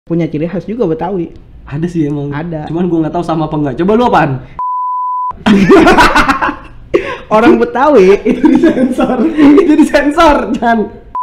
punya ciri khas juga Betawi. Ada sih emang. Ada. Cuman gue nggak tahu sama apa enggak. Coba lu apaan? Orang Betawi Itu disensor. Itu disensor, Jan.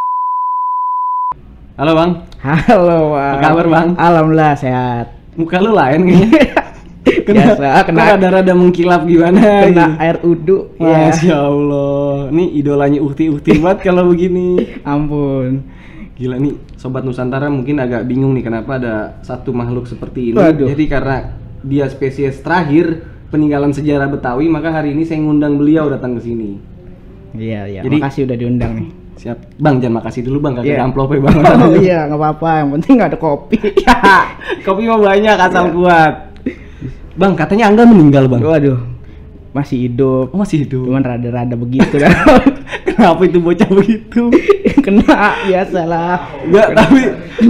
Halo Bang. Halo Bang. Apa kabar Bang? Alhamdulillah sehat. Muka lu lain kayaknya. Biasa, kena rada-rada mengkilap gimana? kena gitu. air udu. Masya Allah. Ini idolanya Uhti banget kalau begini. Ampun. Gila nih, Sobat Nusantara mungkin agak bingung nih kenapa ada satu makhluk seperti ini. Waduh. Jadi karena dia spesies terakhir peninggalan sejarah Betawi, maka hari ini saya ngundang beliau datang ke sini. Iya. Jadi- Makasih udah diundang nih. Siap. Bang, jangan makasih dulu Bang, kagak Iya. ada amplopnya Bang. Oh iya, nggak apa-apa. Yang penting nggak ada kopi. Kopi mah banyak asal Iya. kuat. Bang, katanya Angga meninggal Bang. Waduh, masih hidup. Oh, masih hidup. Cuman rada-rada begitu dah. Kenapa itu bocah begitu? Kena, biasalah. Enggak, tapi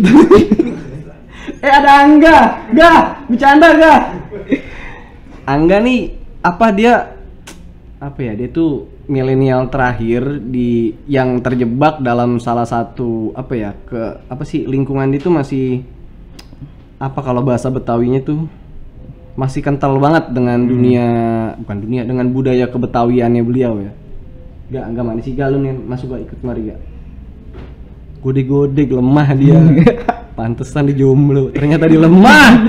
ada Angga. Gak, bercanda gak? Angga nih dia tuh milenial terakhir yang terjebak dalam salah satu lingkungan itu masih kalau bahasa Betawinya tuh masih kental banget dengan dengan budaya kebetawiannya beliau ya. Enggak mana sih galun yang masuk gak ikut mari gak? Gode-gode lemah dia. Pantesan di jomblo. Ternyata dia lemah.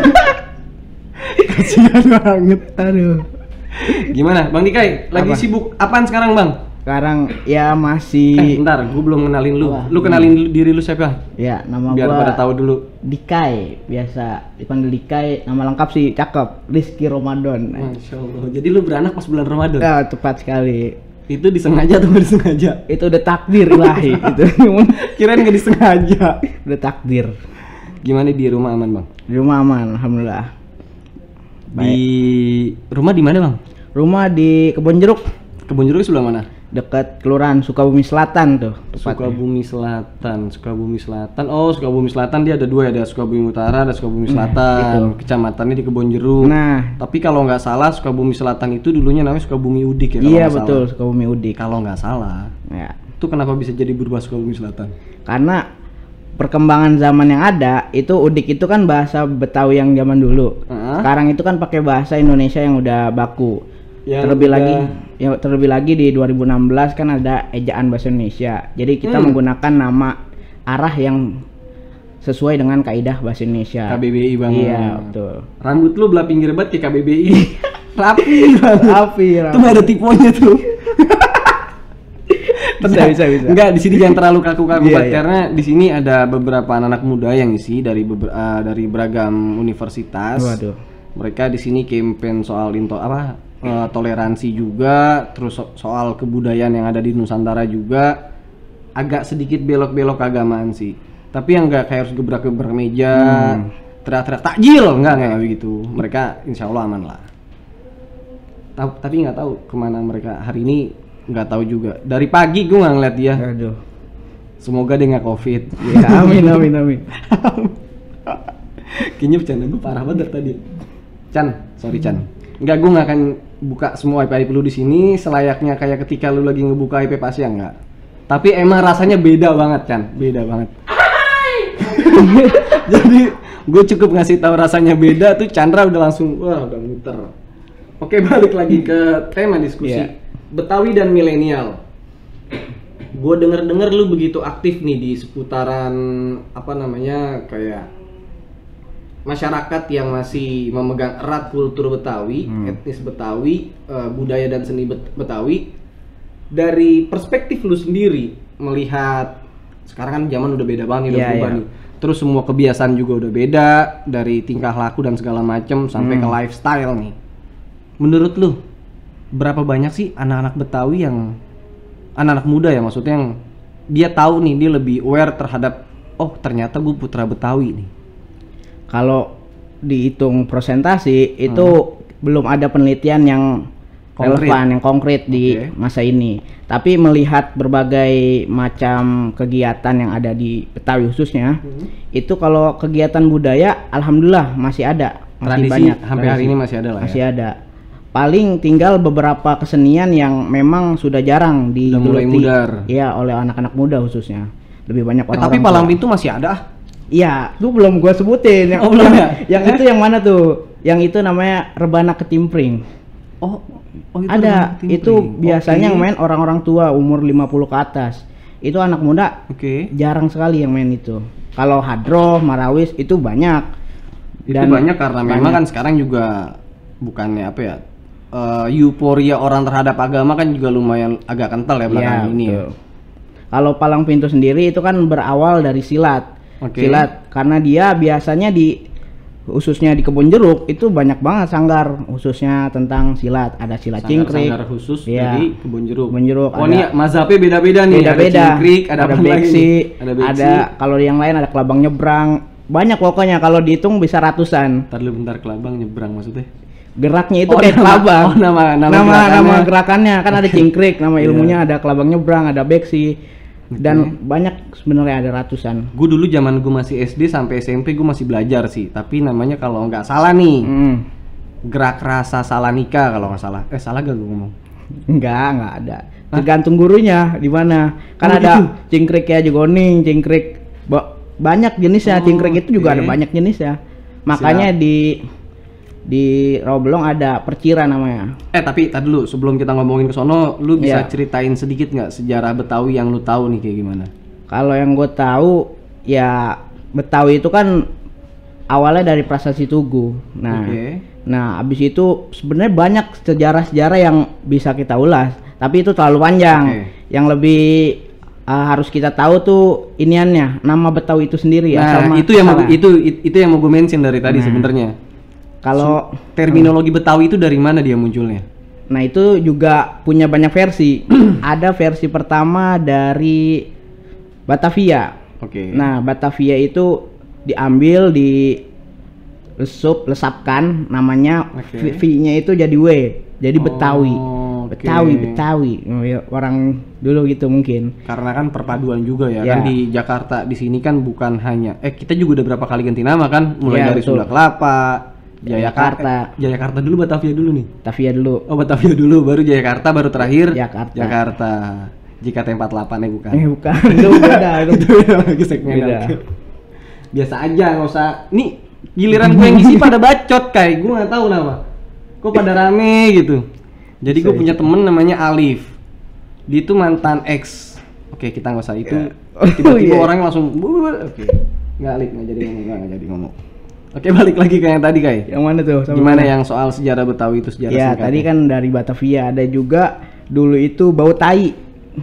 Kasihan banget. Aduh. Gimana Bang Dikai? Lagi Apa? sibuk apaan sekarang Bang? Sekarang ya masih Bentar, gue belum kenalin lu. Wah, Lu kenalin diri lu siapa? ya nama Biar gua pada tahu dulu. Dikai, biasa dipanggil Dikai. Nama lengkap sih cakep, Rizky Ramadan. Masya Allah. Jadi lu beranak pas bulan Ramadan? Ya, tepat sekali. Itu disengaja atau nggak disengaja? Itu udah takdir ilahi itu. Kirain nggak disengaja. Udah takdir. Gimana di rumah aman Bang? Di rumah aman, alhamdulillah. Di rumah di mana Bang? Rumah di Kebon Jeruk, Kebun jeruk sebelah mana? dekat Kelurahan Sukabumi Selatan tuh tepatnya. Sukabumi Selatan. Oh, Sukabumi Selatan dia ada dua ya, ada Sukabumi Utara, ada Sukabumi Selatan. Kecamatannya di Kebonjeruk. Nah, Tapi kalau nggak salah Sukabumi Selatan itu dulunya namanya Sukabumi Udik ya. kalau iya nggak betul, salah. Sukabumi Udik. Kalau nggak salah. Ya, Itu kenapa bisa jadi berubah Sukabumi Selatan? karena perkembangan zaman yang ada itu Udik itu kan bahasa Betawi yang zaman dulu. Heeh. Sekarang itu kan pakai bahasa Indonesia yang udah baku. Yang Terlebih lagi di 2016 kan ada ejaan bahasa Indonesia. Jadi kita menggunakan nama arah yang sesuai dengan kaidah bahasa Indonesia. KBBI banget. Iya, betul. Rambut lu belah pinggir banget kayak KBBI. Rapi banget. Rapi. Itu nggak ada tiponya tuh. Bisa. Enggak, di sini jangan terlalu kaku-kaku Iya, banget iya. karena di sini ada beberapa anak muda yang isi dari beragam universitas. Waduh. Mereka di sini campaign soal toleransi juga, terus soal kebudayaan yang ada di Nusantara juga. Agak sedikit belok-belok keagamaan sih. Tapi yang enggak kayak harus gebrak-gebrak meja, teriak-teriak takjil, enggak begitu. Mereka insya Allah aman lah. Tapi nggak tahu kemana mereka hari ini, nggak tahu juga. Dari pagi gue nggak ngeliat dia. Aduh. Semoga dia nggak COVID. Ya, amin. Kayaknya bercanda gue parah banget tadi. Sorry Chan. Enggak, gue nggak akan buka semua IP lu di sini selayaknya kayak ketika lu lagi ngebuka IP Pasya, enggak. Tapi emang rasanya beda banget Chan, beda banget. Jadi gue cukup ngasih tahu rasanya beda tuh Chandra udah langsung udah muter. Oke, balik lagi ke tema diskusi. Yeah. Betawi dan milenial. Gue denger lu begitu aktif nih di seputaran kayak masyarakat yang masih memegang erat kultur Betawi, etnis Betawi, budaya dan seni Betawi. Dari perspektif lu sendiri melihat sekarang kan zaman udah beda banget nih, udah berubah nih. Terus semua kebiasaan juga udah beda, dari tingkah laku dan segala macem sampai ke lifestyle nih. Menurut lu berapa banyak sih anak-anak Betawi yang anak-anak muda ya maksudnya yang dia tahu nih, dia lebih aware terhadap ternyata gue putra Betawi nih. Kalau dihitung persentase itu belum ada penelitian yang relevan, yang konkret di masa ini. Tapi melihat berbagai macam kegiatan yang ada di Betawi khususnya, itu kalau kegiatan budaya, alhamdulillah masih ada, masih Tradisi banyak. sampai hari ini masih ada lah. Masih ada. Paling tinggal beberapa kesenian yang memang sudah jarang mulai digeluti, mudar. ya oleh anak-anak muda khususnya. Lebih banyak orang. Tapi palang pintu masih ada. Iya, itu belum gua sebutin. Yang, belum ya? Yang itu yang mana tuh? Yang itu namanya rebana ketimpring. Oh itu Ada. rebana Itu ketimpring. biasanya yang main orang-orang tua umur 50 ke atas. Itu anak muda Oke. jarang sekali yang main itu. Kalau hadroh, marawis itu banyak. Itu banyak karena memang kan sekarang juga bukannya apa ya? Euforia orang terhadap agama kan juga lumayan agak kental ya belakangan ini ya. Kalau palang pintu sendiri itu kan berawal dari silat. Silat karena dia biasanya khususnya di Kebun Jeruk itu banyak banget sanggar khususnya tentang silat. Ada silat cingkrik. Sanggar khusus dari Kebun Jeruk. Kebun Jeruk. Oh ini mazhabnya beda-beda nih. Beda-beda. Ada cingkrik, ada beksi, ada kalau yang lain ada kelabang nyebrang. Banyak pokoknya kalau dihitung bisa ratusan. Ntar lu bentar, kelabang nyebrang maksudnya? Geraknya itu kayak kelabang. Nama gerakannya kan ada cingkrik, nama ilmunya ada kelabang nyebrang, ada beksi. Dan banyak sebenarnya ada ratusan. Gue dulu zaman gue masih SD sampai SMP gue masih belajar sih, tapi namanya kalau nggak salah nih gerak rasa salanika kalau nggak salah. Salah gak gue ngomong? Enggak ada. Tergantung gurunya di mana. Kan ada cingkrik ya jegoning, cingkrik banyak jenisnya. Cingkrik itu juga ada banyak jenisnya. Makanya di Rawabelong ada percira namanya. Tapi tadi dulu sebelum kita ngomongin ke sono, lu bisa ceritain sedikit nggak sejarah Betawi yang lu tahu nih kayak gimana? Kalau yang gue tahu ya Betawi itu kan awalnya dari Prasasti Tugu. Nah, abis itu sebenarnya banyak sejarah-sejarah yang bisa kita ulas, tapi itu terlalu panjang. Yang lebih harus kita tahu tuh iniannya, nama Betawi itu sendiri ya. Itu yang mau gue mention dari tadi sebenarnya. Kalau terminologi Betawi itu dari mana dia munculnya? Nah itu juga punya banyak versi. Ada versi pertama dari Batavia. Nah Batavia itu diambil, lesapkan namanya, V-nya itu jadi W, jadi Betawi. Betawi. Orang dulu gitu mungkin. Karena kan perpaduan juga ya. Kan di Jakarta di sini kan bukan hanya kita juga udah berapa kali ganti nama kan, mulai dari Sunda Kelapa, Jayakarta dulu, Batavia dulu nih. Batavia dulu. Oh, Batavia dulu, baru Jayakarta, baru terakhir Jakarta. JKT48 bukan. Bukan. Itu beda itu. Lagi segmen biasa aja, nggak usah. Nih, giliran gue yang ngisi pada bacot kayak gue nggak tahu nama. Kok pada rame gitu. Jadi gue punya temen namanya Alif. Dia itu mantan ex. Oke, kita nggak usah itu. Tiba-tiba orang langsung nggak Alif, nggak jadi ngomong. Oke, balik lagi ke yang tadi Yang mana tuh? Gimana yang soal sejarah Betawi itu sejarah singkatnya? Tadi kan dari Batavia, ada juga dulu itu bau tai.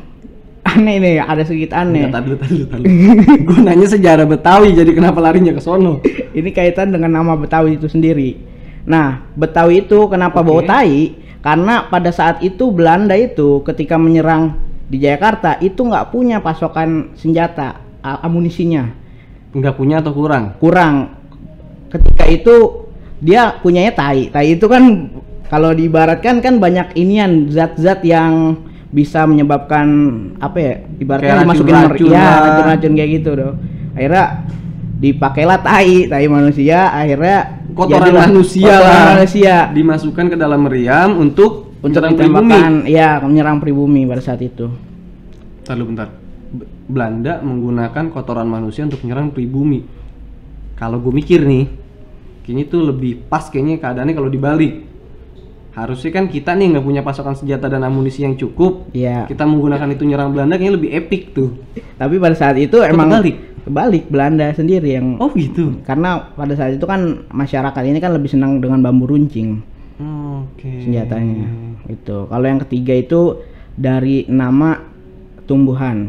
Aneh nih, ada sedikit aneh. Tadi. Gue nanya sejarah Betawi, jadi kenapa larinya ke sono? Ini kaitan dengan nama Betawi itu sendiri. Nah, Betawi itu kenapa bau tai? Karena pada saat itu Belanda itu ketika menyerang di Jakarta itu nggak punya pasokan senjata, amunisinya. Nggak punya atau kurang? Kurang. Ketika itu dia punyanya tai. Tai itu kan kalau diibaratkan kan banyak inian zat-zat yang bisa menyebabkan apa ya? Ibaratnya dimasukin racun kayak gitu doh. Akhirnya dipakailah tai manusia, akhirnya kotoran manusia dimasukkan ke dalam meriam untuk menyerang pribumi. Iya, menyerang pribumi pada saat itu. Bentar. Belanda menggunakan kotoran manusia untuk menyerang pribumi. Kalau gue mikir nih, kayaknya itu lebih pas kayaknya keadaannya kalau dibalik. Harusnya kan kita nih nggak punya pasokan senjata dan amunisi yang cukup. Kita menggunakan itu nyerang Belanda kayaknya lebih epic tuh. Tapi pada saat itu emang kebalik Belanda sendiri yang. Oh gitu. Karena pada saat itu kan masyarakat ini kan lebih senang dengan bambu runcing. Senjatanya. Itu. Kalau yang ketiga itu dari nama tumbuhan.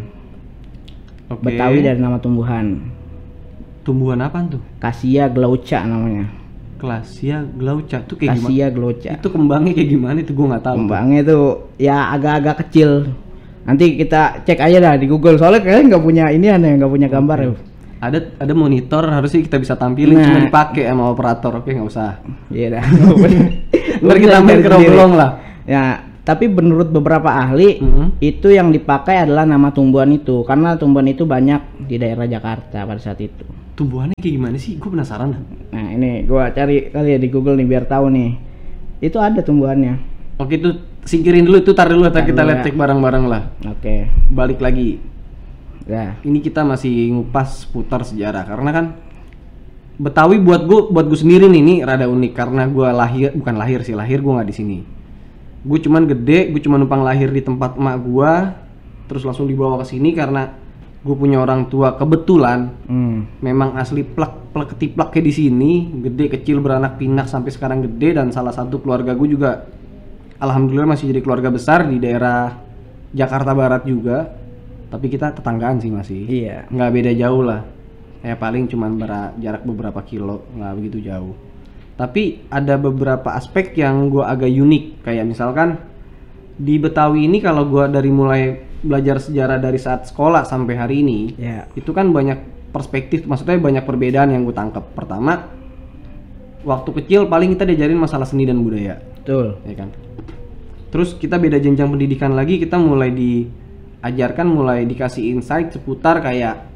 Betawi dari nama tumbuhan. Tumbuhan apa tuh? Cassia glauca namanya. Cassia glauca tuh kayak gimana? Cassia glauca. Itu kembangnya kayak gimana itu gue nggak tahu. Kembangnya tuh ya agak-agak kecil. Nanti kita cek aja dah di Google, soalnya kayaknya nggak punya ini aneh, nggak punya gambar ya. Ada monitor harusnya kita bisa tampilin, cuma dipakai sama operator. Oke, nggak usah. Iya dah. Ntar kita main ke Rawabelong lah. Ya, tapi menurut beberapa ahli itu yang dipakai adalah nama tumbuhan itu, karena tumbuhan itu banyak di daerah Jakarta pada saat itu. Tumbuhannya kayak gimana sih? Gue penasaran. Nah ini gua cari kali ya di Google nih biar tahu nih. Itu ada tumbuhannya. Oke, itu singkirin dulu, itu tar dulu, kita lihat cek bareng-bareng lah. Oke. Balik lagi. Ya. Ini kita masih ngupas putar sejarah karena kan Betawi buat gue sendiri nih, ini rada unik karena gue bukan lahir gue nggak di sini. Gue cuman gue cuman numpang lahir di tempat emak gue, terus langsung dibawa ke sini karena gue punya orang tua kebetulan memang asli plek ketiplak kayak di sini, gede kecil beranak pinak sampai sekarang gede, dan salah satu keluarga gue juga alhamdulillah masih jadi keluarga besar di daerah Jakarta Barat juga, tapi kita tetanggaan sih masih. Iya. Nggak beda jauh lah. Ya paling cuman jarak beberapa kilo, nggak begitu jauh. Tapi ada beberapa aspek yang gue agak unik, kayak misalkan di Betawi ini kalau gue dari mulai belajar sejarah dari saat sekolah sampai hari ini, itu kan banyak perspektif, maksudnya banyak perbedaan yang gue tangkap. Pertama, waktu kecil paling kita diajarin masalah seni dan budaya. Betul. Ya kan. Terus kita beda jenjang pendidikan lagi, kita mulai diajarkan, mulai dikasih insight seputar kayak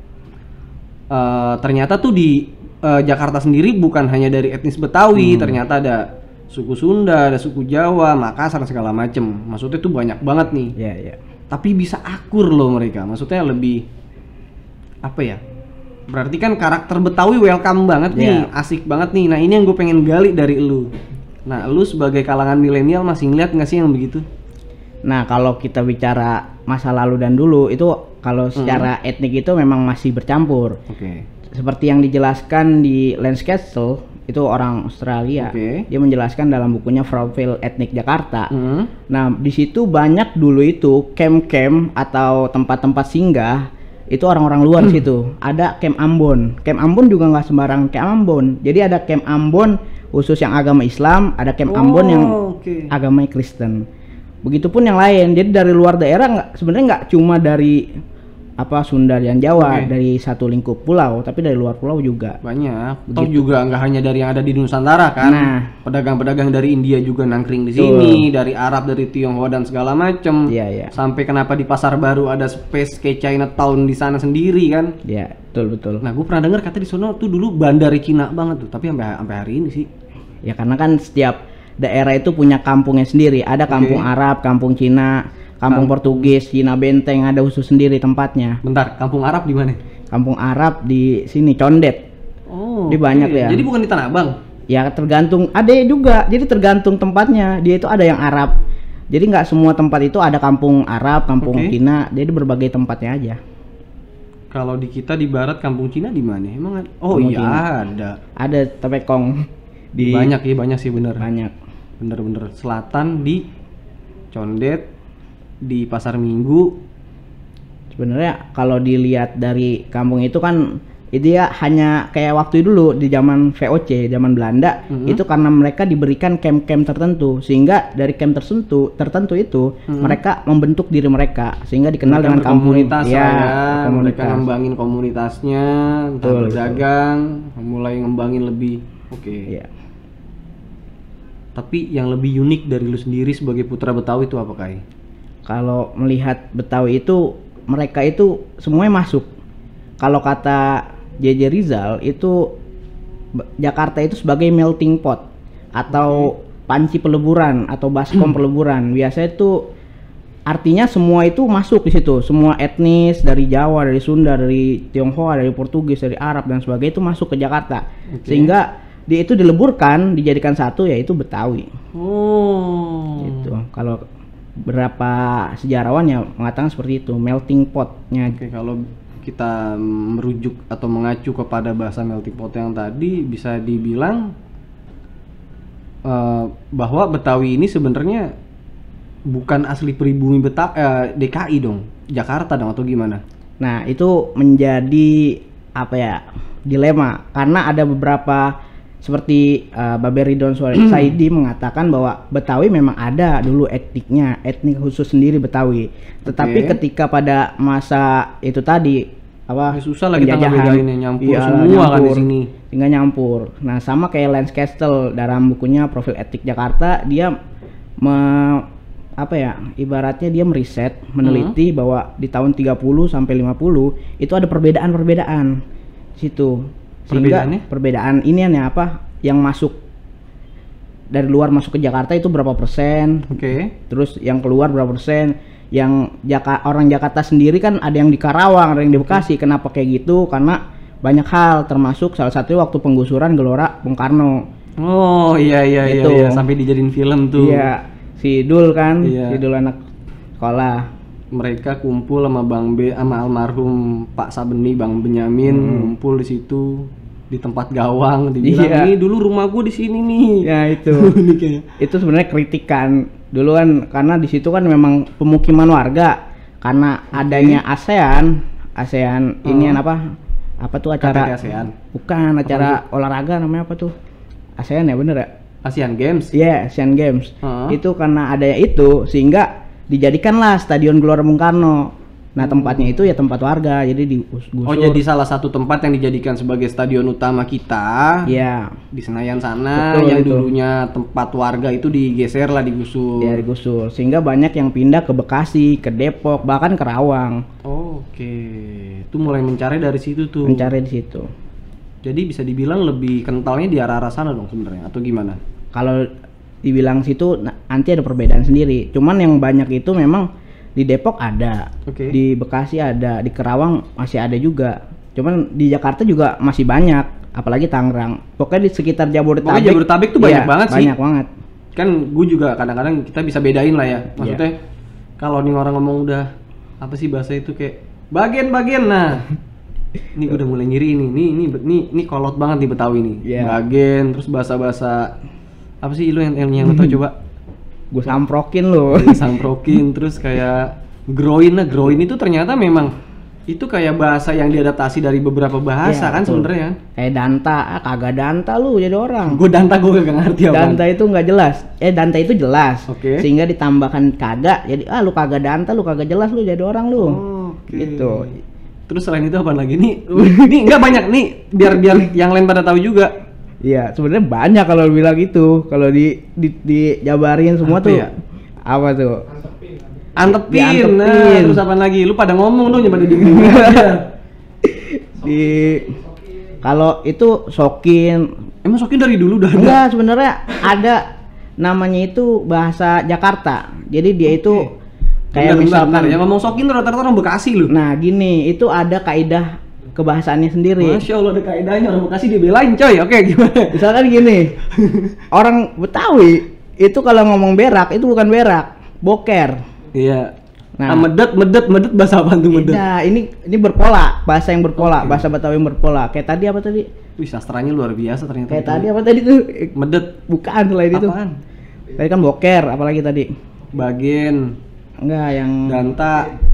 ternyata tuh di Jakarta sendiri bukan hanya dari etnis Betawi, ternyata ada suku Sunda, ada suku Jawa, Makassar, segala macem. Maksudnya tuh banyak banget nih. Iya. Tapi bisa akur loh mereka. Maksudnya lebih apa ya? Berarti kan karakter Betawi welcome banget nih, asik banget nih. Nah ini yang gue pengen gali dari lu. Nah lu sebagai kalangan milenial masih ngeliat nggak sih yang begitu? Nah kalau kita bicara masa lalu dan dulu itu kalau secara etnik itu memang masih bercampur. Seperti yang dijelaskan di Lance Castle, itu orang Australia. Dia menjelaskan dalam bukunya Profil Etnik Jakarta. Nah di situ banyak dulu itu camp-camp atau tempat-tempat singgah itu orang-orang luar situ. Ada camp Ambon. Camp Ambon juga nggak sembarang camp Ambon. Jadi ada camp Ambon khusus yang agama Islam, ada camp Ambon yang agama Kristen. Begitupun yang lain. Jadi dari luar daerah sebenarnya nggak cuma dari Sunda dan Jawa, dari satu lingkup pulau, tapi dari luar pulau juga banyak. Atau juga nggak hanya dari yang ada di Nusantara kan. Nah, pedagang-pedagang dari India juga nangkring di sini, dari Arab, dari Tionghoa dan segala macem. Sampai kenapa di Pasar Baru ada space kayak Chinatown di sana sendiri kan? Iya, betul. Nah, gue pernah dengar kata di sono tuh dulu bandar Cina banget tuh, tapi sampai hari ini sih. Ya karena kan setiap daerah itu punya kampungnya sendiri. Ada kampung Arab, kampung Cina, kampung Portugis, Cina Benteng, ada khusus sendiri tempatnya. Bentar, kampung Arab di mana? Kampung Arab di sini Condet. Di banyak ya. Jadi bukan di Tanah Abang? Ya tergantung, ada juga. Jadi tergantung tempatnya. Dia itu ada yang Arab. Jadi nggak semua tempat itu ada kampung Arab, kampung Cina. Jadi berbagai tempatnya aja. Kalau di kita di Barat kampung Cina di mana? Emang ada? Oh iya Cina. Ada Tapekong. Banyak sih bener. Banyak. Bener. Selatan di Condet, di Pasar Minggu. Sebenarnya kalau dilihat dari kampung itu kan itu ya hanya kayak waktu dulu di zaman VOC, zaman Belanda, itu karena mereka diberikan camp-camp tertentu, sehingga dari camp tertentu itu mereka membentuk diri mereka sehingga dikenal dengan kampung komunitas. Mereka ngembangin komunitasnya, berdagang, mulai ngembangin lebih. Tapi yang lebih unik dari lu sendiri sebagai putra Betawi itu apa, Kai? Kalau melihat Betawi itu mereka itu semuanya masuk. Kalau kata JJ Rizal itu Jakarta itu sebagai melting pot atau panci peleburan atau baskom peleburan. Biasanya itu artinya semua itu masuk di situ. Semua etnis dari Jawa, dari Sunda, dari Tionghoa, dari Portugis, dari Arab dan sebagainya itu masuk ke Jakarta. Sehingga dia itu dileburkan, dijadikan satu, yaitu Betawi. Gitu. Kalau berapa sejarawan ya mengatakan seperti itu, melting potnya. Kalau kita merujuk atau mengacu kepada bahasa melting pot yang tadi, bisa dibilang bahwa Betawi ini sebenarnya bukan asli pribumi DKI dong, Jakarta dong, atau gimana? Nah itu menjadi dilema, karena ada beberapa seperti Babe Ridwan Saidi mengatakan bahwa Betawi memang ada dulu etnik khusus sendiri Betawi. Tetapi ketika pada masa itu tadi susah lah kita ngebedainnya, semua kan di sini. Tinggal nyampur. Nah, sama kayak Lance Castle dalam bukunya Profil Etnik Jakarta, dia ibaratnya dia meriset, meneliti bahwa di tahun 30 sampai 50 itu ada perbedaan-perbedaan situ. Sehingga perbedaan ini yang masuk dari luar masuk ke Jakarta itu berapa persen, terus yang keluar berapa persen, orang Jakarta sendiri kan ada yang di Karawang, ada yang di Bekasi. Kenapa kayak gitu? Karena banyak hal, termasuk salah satunya waktu penggusuran Gelora Bung Karno. Oh iya Gitu. iya sampai dijadiin film tuh. Iya, si Dul kan, Iya. si Dul anak sekolah. Mereka kumpul sama sama almarhum Pak Sabeni, Bang Benyamin, ngumpul di situ di tempat gawang, dibilang Iya. nih dulu rumah gua di sini nih. Ya itu. Ini kayak Itu sebenarnya kritikan dulu kan, karena di situ kan memang pemukiman warga, karena adanya ASEAN ini apa tuh acara KTT ASEAN. bukan acara olahraga namanya apa tuh, ASEAN ya bener ya. Asian Games. Iya, Asian Games. Heeh. Itu karena adanya itu sehingga dijadikanlah Stadion Gelora Bung Karno. Nah, tempatnya itu ya tempat warga, jadi digusur. Oh, jadi salah satu tempat yang dijadikan sebagai stadion utama kita. Iya, Di Senayan sana, Betul, yang itu. dulunya tempat warga itu digeser lah, digusur. ya digusur. Sehingga banyak yang pindah ke Bekasi, ke Depok, bahkan ke Rawang. Oke, itu mulai mencari dari situ tuh. Mencari di situ. Jadi bisa dibilang lebih kentalnya di arah-arah sana dong sebenarnya, atau gimana? Kalau dibilang situ nanti ada perbedaan sendiri. Cuman yang banyak itu memang di Depok ada, Oke. di Bekasi ada, di Kerawang masih ada juga. Cuman di Jakarta juga masih banyak, apalagi Tangerang. Pokoknya di sekitar Jabodetabek. Pokoknya Jabodetabek tuh banyak iya, banget sih. Banyak banget. Kan gue juga kadang-kadang kita bisa bedain lah ya. Maksudnya kalau nih orang ngomong udah apa sih bahasa itu kayak bagian-bagian, nah ini gue udah mulai ngiri ini kolot banget nih Betawi nih. Iya. Bagian, terus bahasa-bahasa apa sih lu yang lu tau coba? Gue samprokin loh. Samprokin, terus kayak groin itu ternyata memang itu kayak bahasa yang diadaptasi dari beberapa bahasa Iya, kan betul. sebenarnya kan. Kayak Danta, kagak Danta lu jadi orang. Gue gue gak ngerti apa. Danta itu nggak jelas. Danta itu jelas. Oke. Sehingga ditambahkan kagak, jadi lu kagak Danta, lu kagak jelas lu jadi orang lu. Oke. Gitu. Terus selain itu apa lagi nih? Nih nggak banyak nih, biar yang lain pada tahu juga. Iya, sebenarnya banyak kalau bilang gitu. Kalau dijabarin semua Apa tuh. ya? Apa tuh? Antepin. Diantepin. Nah, terus apa lagi? Lu pada ngomong dong, pada di Di kalau itu sokin. Emang Sokin dari dulu udah ada? Enggak, sebenarnya ada namanya itu bahasa Jakarta. Jadi dia itu kayak misalkan yang ngomong Sokin tuh rata-rata orang Bekasi lu. nah gini, itu ada kaidah kebahasaannya sendiri. Masya Allah ada kaidahnya, orang Bekasi dibelain coy. Oke, gimana? Misalkan gini, orang Betawi itu kalau ngomong berak itu bukan berak, boker. Iya. Nah. Medet bahasa apa tuh medet? Nah, ini berpola, bahasa yang berpola, Oke. bahasa Betawi yang berpola. Kayak tadi apa tadi? Wih, sastranya luar biasa ternyata. Kayak tadi apa tadi tuh? Medet. Bukan selain itu. Apaan? Tadi kan boker, apalagi tadi? Bagian, Enggak, yang danta,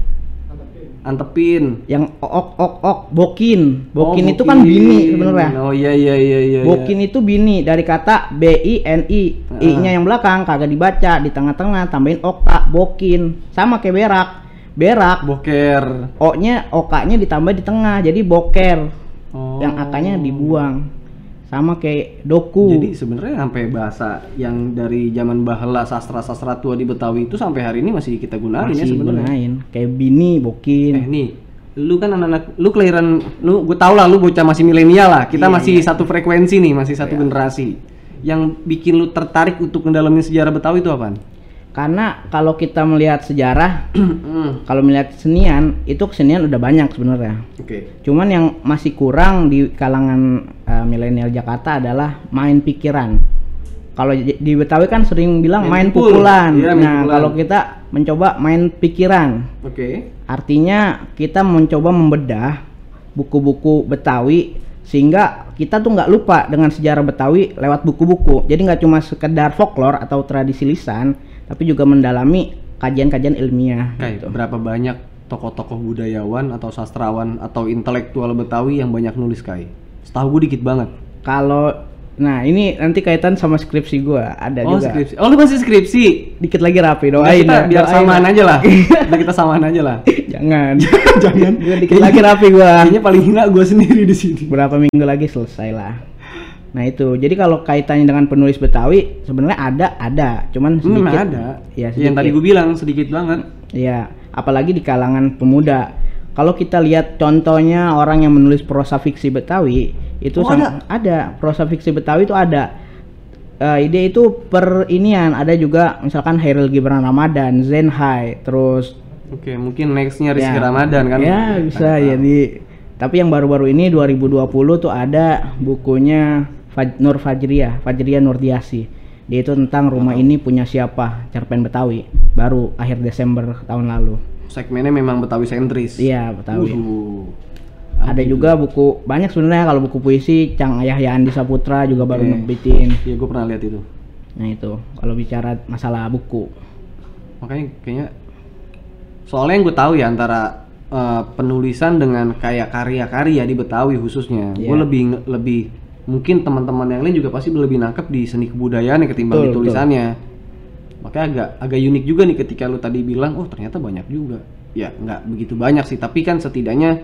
antepin. yang ok, bokin. Bokin Oh, itu kan bini sebenarnya. Oh iya. Bokin itu bini dari kata BINI. I-nya yang belakang kagak dibaca, di tengah-tengah tambahin oka, bokin. Sama kayak berak. Berak, Boker. O-nya, oka-nya ditambah di tengah, jadi boker. Oh. Yang akanya dibuang. Sama kayak doku. Jadi sebenarnya sampai bahasa yang dari zaman baheula sastra-sastra tua di Betawi itu sampai hari ini masih kita gunain ya masih sebenarnya. gunain. Kayak bini, bokin. Nih, lu kan anak-anak, lu kelahiran, gue tau lah lu bocah masih milenial lah. Kita Iya, masih iya. satu frekuensi nih, masih satu Iya. generasi. Yang bikin lu tertarik untuk mendalami sejarah Betawi itu apaan? Karena kalau kita melihat sejarah, kalau melihat kesenian, itu kesenian udah banyak sebenarnya. Oke. Cuman yang masih kurang di kalangan milenial Jakarta adalah main pikiran. Kalau di Betawi kan sering bilang main pukul. pukulan. Iya, main Nah, pukulan. kalau kita mencoba main pikiran, Oke. artinya kita mencoba membedah buku-buku Betawi sehingga kita tuh nggak lupa dengan sejarah Betawi lewat buku-buku. Jadi nggak cuma sekedar folklore atau tradisi lisan, tapi juga mendalami kajian-kajian ilmiah. Kayak berapa banyak tokoh-tokoh budayawan atau sastrawan atau intelektual Betawi yang banyak nulis Kai? Setahu gue dikit banget. Kalau nah ini nanti kaitan sama skripsi gua ada Oh, juga. skripsi. Oh, lu masih skripsi? Dikit lagi rapi Udah, doain kita ya, biar doain samaan ya. aja lah. Udah kita samaan aja lah. Jangan. Jangan. Dikit lagi rapi gua. Kayaknya paling hina gue sendiri di sini. Berapa minggu lagi selesai lah. Nah itu, jadi kalau kaitannya dengan penulis Betawi sebenarnya ada, cuman sedikit. Memang ada. Ya, Yang tadi gue bilang sedikit banget. Iya, apalagi di kalangan pemuda. Kalau kita lihat contohnya orang yang menulis prosa fiksi Betawi, itu ada prosa fiksi Betawi itu ada. Ide itu per inian, ada juga misalkan Hairil Gibran Ramadan, Zenhai, terus Oke, mungkin nextnya Rizky Ya. Ramadan kan? Ya bisa jadi. Tapi yang baru-baru ini 2020 tuh ada bukunya Nur Fajriah Nurdiasi. Dia itu tentang rumah ini punya siapa, cerpen Betawi. Baru akhir Desember tahun lalu. Segmennya memang Betawi sentris. Iya, Betawi. Ada Gitu. juga buku banyak sebenarnya. Kalau buku puisi Cang Yahya Andi Saputra juga baru nerbitin. Iya, gue pernah lihat itu. Nah itu kalau bicara masalah buku. Makanya kayaknya soalnya yang gue tahu ya antara penulisan dengan kayak karya-karya di Betawi khususnya, gue lebih mungkin teman-teman yang lain juga pasti lebih nangkep di seni kebudayaan ketimbang di tulisannya. Makanya agak unik juga nih ketika lu tadi bilang, oh ternyata banyak juga. Ya nggak begitu banyak sih, tapi kan setidaknya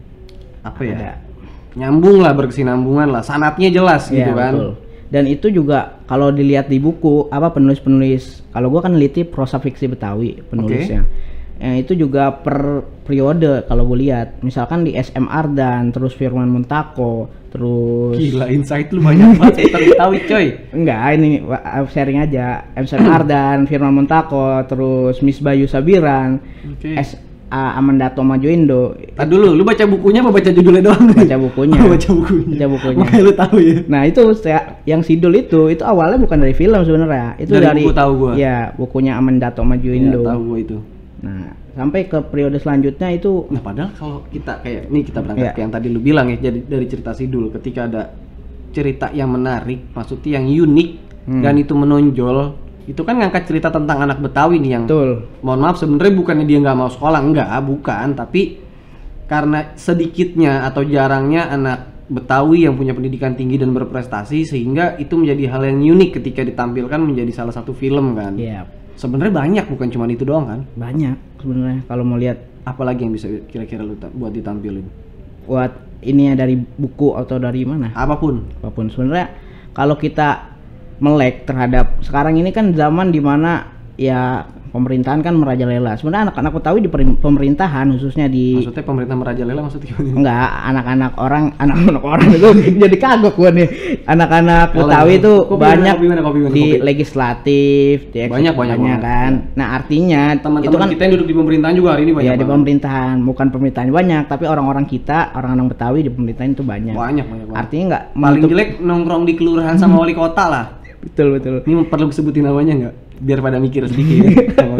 apa ya? Nyambung lah, berkesinambungan lah, sanatnya jelas gitu kan. Betul. Dan itu juga kalau dilihat di buku apa penulis-penulis, kalau gua kan neliti prosa fiksi Betawi penulisnya. Itu juga per periode kalau gue lihat, misalkan di SM Ardan, terus Firman Muntako, terus gila insight lu banyak banget seputar Betawi coy. Enggak, ini sharing aja. SM Ardan, Firman Muntako, terus Miss Bayu Sabiran, S.A. Amandato Majoindo. Tadi dulu, lu baca bukunya apa baca judulnya doang? Baca bukunya. Baca bukunya. Baca bukunya. Makanya lu tahu ya. Nah, itu yang Sidul itu awalnya bukan dari film sebenarnya. Itu dari buku tahu gua. Ya, bukunya Amandato Majoindo. Ya, tahu gua itu. Nah, sampai ke periode selanjutnya itu. Nah, padahal kalau kita kayak nih kita berangkat ke yang tadi lu bilang ya, jadi dari cerita Sidul ketika ada cerita yang menarik, maksudnya yang unik dan itu menonjol, itu kan ngangkat cerita tentang anak Betawi nih yang mohon maaf sebenarnya bukannya dia nggak mau sekolah, enggak, bukan, tapi karena sedikitnya atau jarangnya anak Betawi yang punya pendidikan tinggi dan berprestasi sehingga itu menjadi hal yang unik ketika ditampilkan menjadi salah satu film kan. Sebenarnya banyak, bukan cuma itu doang kan? Banyak sebenarnya kalau mau lihat. Apalagi yang bisa kira-kira lu buat ditampilin? Buat ini ya dari buku atau dari mana? Apapun Sebenarnya kalau kita melek terhadap sekarang ini kan zaman dimana ya pemerintahan kan merajalela. Sebenarnya anak-anak Betawi di pemerintahan khususnya di. Maksudnya pemerintah merajalela maksudnya gimana? Enggak, anak-anak orang itu jadi kagok gua nih. Anak-anak Betawi itu banyak di legislatif, di banyak kan. Nah, artinya teman-teman itu kan kita yang duduk di pemerintahan juga hari ini banyak. Ya, di pemerintahan, bukan pemerintahan banyak, tapi orang-orang kita, orang-orang Betawi di pemerintahan itu banyak. Banyak. Artinya enggak paling jelek nongkrong di kelurahan sama wali kota lah. Betul. Ini perlu sebutin namanya enggak? Biar pada mikir sedikit.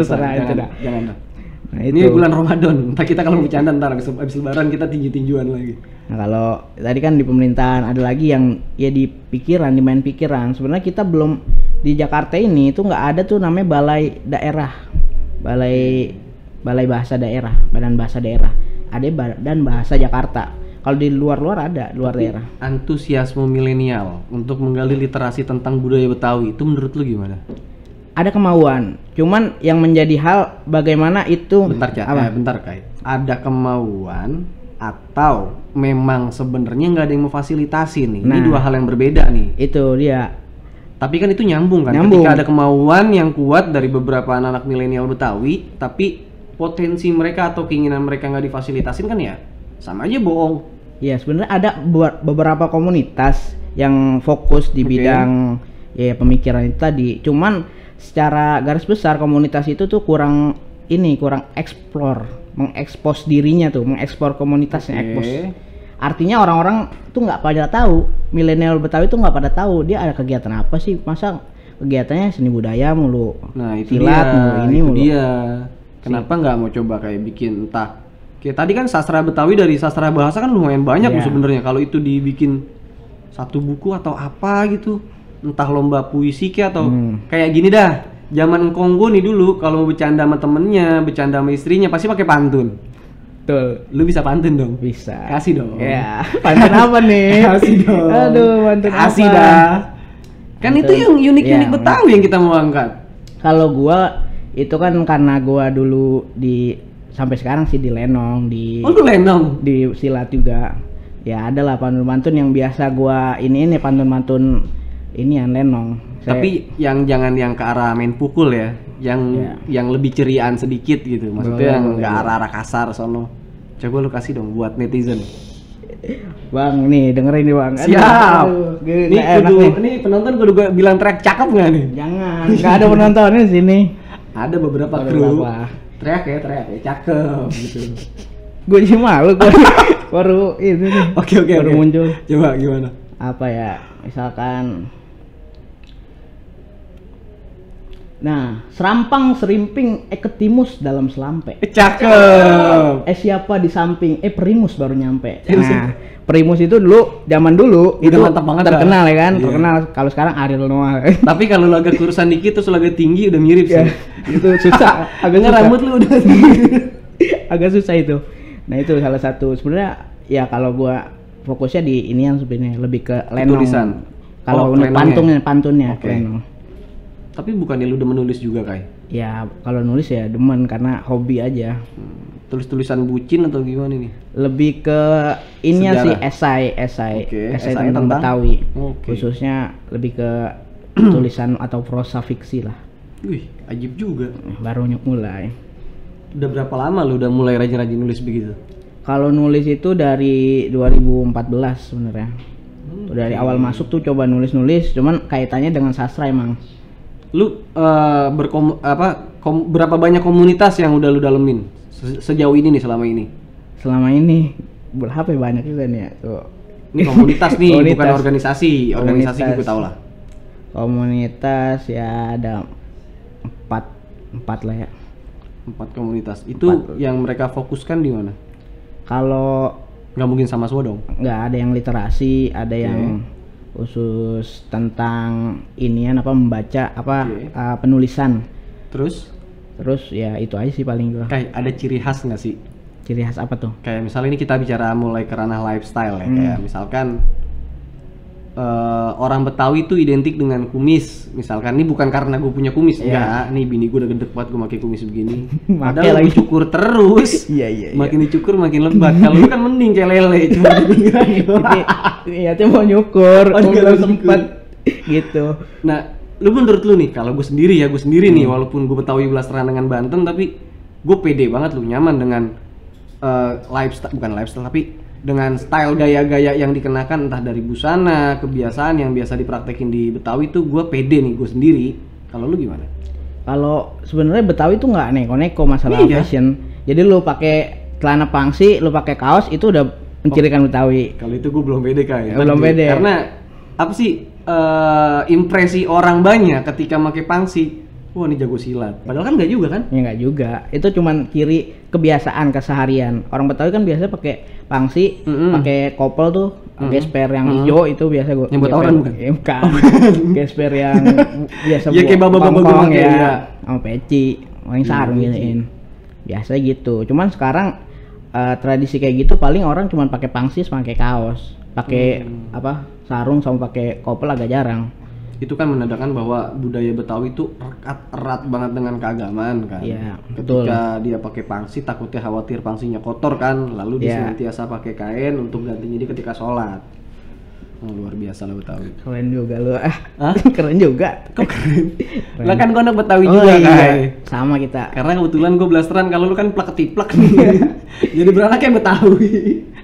Jangan. Nah, ini bulan Ramadan. Entah kita kalau bercanda ntar habis lebaran kita tinju-tinjuan lagi. Nah, kalau tadi kan di pemerintahan ada lagi yang ya di pikiran, di main pikiran. Sebenarnya kita belum di Jakarta ini itu nggak ada tuh namanya balai daerah. Balai bahasa daerah, badan bahasa daerah. Ada badan bahasa Jakarta. Kalau di luar ada, luar daerah. Antusiasme milenial untuk menggali literasi tentang budaya Betawi itu menurut lu gimana? Ada kemauan, cuman yang menjadi hal bagaimana itu. Bentar Kai. Ada kemauan atau memang sebenarnya nggak ada yang memfasilitasi nih? Ini dua hal yang berbeda nih. Itu dia. Tapi kan itu nyambung kan? Ketika ada kemauan yang kuat dari beberapa anak milenial Betawi, tapi potensi mereka atau keinginan mereka nggak difasilitasin kan ya sama aja bohong. Ya sebenarnya ada beberapa komunitas yang fokus di bidang ya pemikiran itu tadi. Cuman secara garis besar komunitas itu tuh kurang mengekspos dirinya tuh, mengeksplor komunitasnya, Artinya orang-orang tuh nggak pada tahu, milenial Betawi tuh nggak pada tahu dia ada kegiatan apa sih, masa kegiatannya seni budaya mulu, silat mulu. Kenapa nggak mau coba kayak bikin entah kayak tadi kan sastra Betawi dari sastra bahasa kan lumayan banyak sebenarnya, kalau itu dibikin satu buku atau apa gitu, entah lomba puisi atau kayak gini dah. Zaman Kongo nih dulu kalau mau bercanda sama temennya, bercanda sama istrinya pasti pakai pantun. Betul. Lu bisa pantun dong? Bisa. Kasih dong. Ya. Pantun apa nih? Kasih dong. Aduh, pantun apa? Kasih dah. Kan pantun. Itu yang unik-unik Betawi yang kita mau angkat. Kalau gua itu kan karena gua dulu sampai sekarang sih di Lenong, lu Lenong? Di silat juga. Ya adalah pantun-pantun yang biasa gua ini pantun-pantun ini yang Lenong. Tapi yang jangan yang ke arah main pukul ya, yang lebih ceriaan sedikit gitu, maksudnya yang nggak arah kasar sono. Coba lu kasih dong buat netizen. Bang, nih dengerin nih bang. Siap. Ini penonton gue bilang track cakep nggak nih? Jangan, nggak ada penontonnya di sini. Ada beberapa kru. teriak ya, cakep gitu. Gue sih malu gue baru ini nih. Oke, baru muncul. Coba gimana? Apa ya? Misalkan nah, serampang serimping ketimus dalam selampe. Cakep. Siapa di samping? Primus baru nyampe. Nah, Primus itu dulu zaman dulu Udah itu mantap banget terkenal ya kan? Iya. Terkenal. Kalau sekarang Ariel Noah. Tapi kalau lu agak kurusan dikit terus lu agak tinggi udah mirip sih. Itu susah. Agak Agaknya susah. rambut lu udah Agak susah itu. Nah, itu salah satu sebenarnya ya kalau gua fokusnya di inian sebenarnya lebih ke lenong. Tulisan. Kalau pantunnya Oke. lenong. Tapi bukannya lu demen nulis juga, Kai? Ya kalau nulis ya demen karena hobi aja. Tulis-tulisan bucin atau gimana nih? Lebih ke ininya sih Sejarah. esai Oke, esai tentang tentang? Betawi. Oke. Khususnya lebih ke tulisan atau prosa fiksi lah. Wih, ajib juga. Baru mulai. Udah berapa lama lu udah mulai rajin-rajin nulis begitu? Kalau nulis itu dari 2014 sebenarnya. Dari awal masuk tuh coba nulis-nulis, cuman kaitannya dengan sastra emang. Lu berapa banyak komunitas yang udah lu dalemin sejauh ini nih selama ini? Selama ini berapa ya, banyak juga nih ya. Tuh. Ini komunitas nih, bukan Komunitas. organisasi. Organisasi Komunitas. gue tau lah. Komunitas ya ada empat lah ya. 4 komunitas. Itu 4. yang mereka fokuskan di mana? Kalau Nggak mungkin sama semua dong. nggak ada yang literasi, ada yang khusus tentang inian apa membaca apa Oke. penulisan. Terus Terus ya itu aja sih paling gua. kayak ada ciri khas nggak sih? Ciri khas apa tuh? Kayak misalnya ini kita bicara mulai ke ranah lifestyle ya. Kayak misalkan orang Betawi itu identik dengan kumis. Misalkan ini bukan karena gue punya kumis, enggak. Nih bini gue udah gedek banget gue pakai kumis begini. Pakai Padahal lagi. gue cukur terus. Iya. Makin dicukur makin lebat. Kalau lu kan mending kayak lele cuma di pinggiran doang. Iya tuh mau nyukur, Oh, belum nyukur. sempet gitu. Nah, lu menurut lu nih, kalau gue sendiri nih, walaupun gue Betawi belasteran dengan Banten, tapi gue pede banget lu nyaman dengan lifestyle, bukan lifestyle, tapi dengan style gaya-gaya yang dikenakan entah dari busana, kebiasaan yang biasa dipraktekin di Betawi tuh gue pede nih gue sendiri. Kalau lu gimana? Kalau sebenarnya Betawi tuh nggak neko-neko masalah Iya. fashion. Jadi lu pakai celana pangsi, lu pakai kaos itu udah mencirikan Betawi. Kalau itu gue belum pede Kai. Belum pede. Karena apa sih impresi orang banyak ketika pakai pangsi, wah ini jago silat. Padahal kan nggak juga kan? Ya nggak juga. Itu cuman ciri kebiasaan keseharian. Orang Betawi kan biasa pakai pangsi, pakai kopel tuh, gesper yang hijau itu biasa gua. Yang buat gesper- orang bukan? Bukan. Gesper yang biasa Ya, kayak bapak-bapak gua pakai, ya. ya. Sama peci, paling sarung peci. giniin. Biasa gitu. Cuman sekarang tradisi kayak gitu paling orang cuman pakai pangsi sama pakai kaos. Pakai apa? Sarung sama pakai kopel agak jarang. Itu kan menandakan bahwa budaya Betawi itu erat banget dengan keagamaan kan. Iya, betul. Ketika dia pakai pangsi takutnya khawatir pangsinya kotor kan, lalu dia Iya. senantiasa pakai kain untuk gantinya dia ketika sholat. Oh, luar biasa lah Betawi. Keren juga lu. Hah? Keren juga. Kok keren? Lah kan gua anak Betawi Oh juga iya, kan. sama kita. Karena kebetulan gue blasteran, kalau lu kan plak ketiplak nih. Jadi beranak kayak Betawi.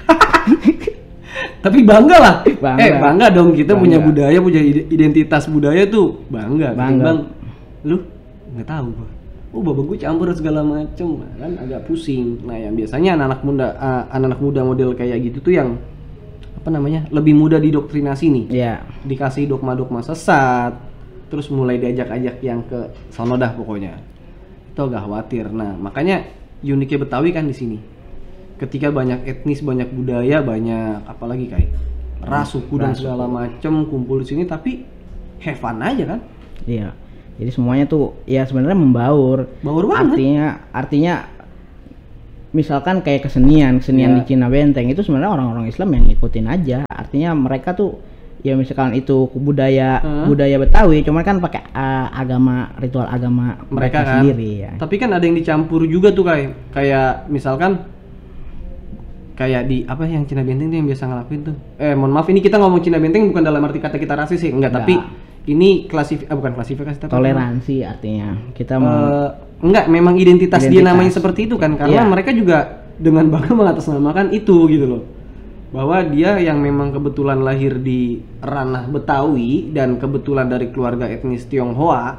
Tapi bangga lah. Bangga. Bangga dong, kita Bangga. punya budaya, punya identitas budaya tuh bangga. Bangga. Ketimbang lu nggak tahu gua. Oh, bapak gue campur segala macem, kan agak pusing. Nah, yang biasanya anak-anak muda model kayak gitu tuh yang apa namanya? Lebih mudah didoktrinasi nih. Iya. Dikasih dogma-dogma sesat, terus mulai diajak-ajak yang ke sono dah pokoknya. Itu agak khawatir. Nah, makanya uniknya Betawi kan di sini. Ketika banyak etnis, banyak budaya, banyak apalagi kayak ras, suku dan segala macem kumpul di sini, tapi have fun aja kan? Iya. Jadi semuanya tuh ya sebenarnya membaur. Baur banget. Artinya misalkan kayak kesenian Iya. di Cina Benteng itu sebenarnya orang-orang Islam yang ngikutin aja. Artinya mereka tuh ya misalkan itu budaya Betawi, cuman kan pakai agama, ritual agama Mereka kan. sendiri ya. Tapi kan ada yang dicampur juga tuh kayak misalkan kayak di apa yang Cina Benteng tuh yang biasa ngelakuin tuh. Mohon maaf, ini kita ngomong Cina Benteng bukan dalam arti kata kita rasis sih, enggak. Enggak. Tapi ini bukan klasifikasi tapi Toleransi artinya kita mau enggak, memang identitas dia Identitas. namanya seperti itu kan, karena Iya. mereka juga dengan bangga mengatasnamakan itu gitu loh, bahwa dia yang memang kebetulan lahir di ranah Betawi dan kebetulan dari keluarga etnis Tionghoa,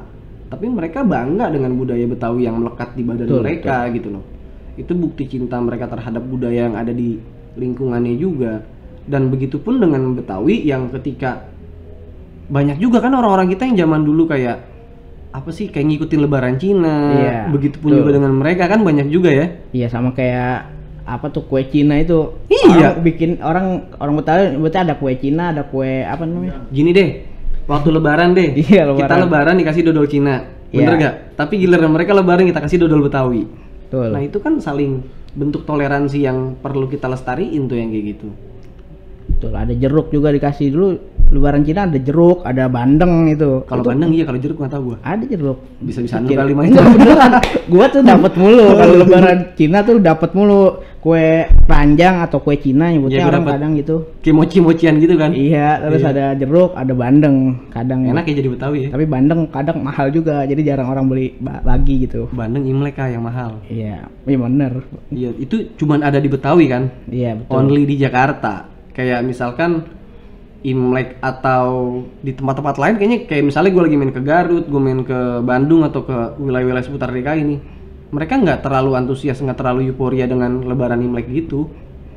tapi mereka bangga dengan budaya Betawi yang melekat di badan mereka gitu loh. Itu bukti cinta mereka terhadap budaya yang ada di lingkungannya juga. Dan begitupun dengan Betawi yang ketika banyak juga kan orang-orang kita yang zaman dulu kayak apa sih, kayak ngikutin lebaran Cina. Begitupun juga dengan mereka kan banyak juga ya. Iya, sama kayak apa tuh kue Cina itu. Iya. Orang Betawi ada kue Cina, ada kue apa namanya? Gini deh, waktu lebaran deh. Iya, kita lebaran dikasih dodol Cina. Bener gak? Tapi giliran mereka lebaran kita kasih dodol Betawi. Betul. Nah itu kan saling bentuk toleransi yang perlu kita lestariin tuh yang kayak gitu. Betul, ada jeruk juga dikasih dulu. Lebaran Cina ada jeruk, ada bandeng itu. Kalau bandeng iya, kalau jeruk nggak tahu gua. Ada jeruk. Bisa-bisa anu kali main. Beneran. Gua tuh dapat mulu kalau lebaran Cina tuh dapat mulu kue keranjang atau kue Cina nyebutnya orang kadang gitu. Kayak mochi-mochian gitu kan? Iya, terus ada jeruk, ada bandeng kadang. Enak ya jadi Betawi ya. Tapi bandeng kadang mahal juga, jadi jarang orang beli bagi gitu. Bandeng Imlek yang mahal. Iya, bener. Iya, itu cuman ada di Betawi kan? Iya, betul. Only di Jakarta. Kayak misalkan Imlek atau di tempat-tempat lain kayaknya kayak misalnya gue lagi main ke Garut, gue main ke Bandung atau ke wilayah-wilayah seputar DKI ini, mereka nggak terlalu antusias, nggak terlalu euforia dengan lebaran Imlek gitu.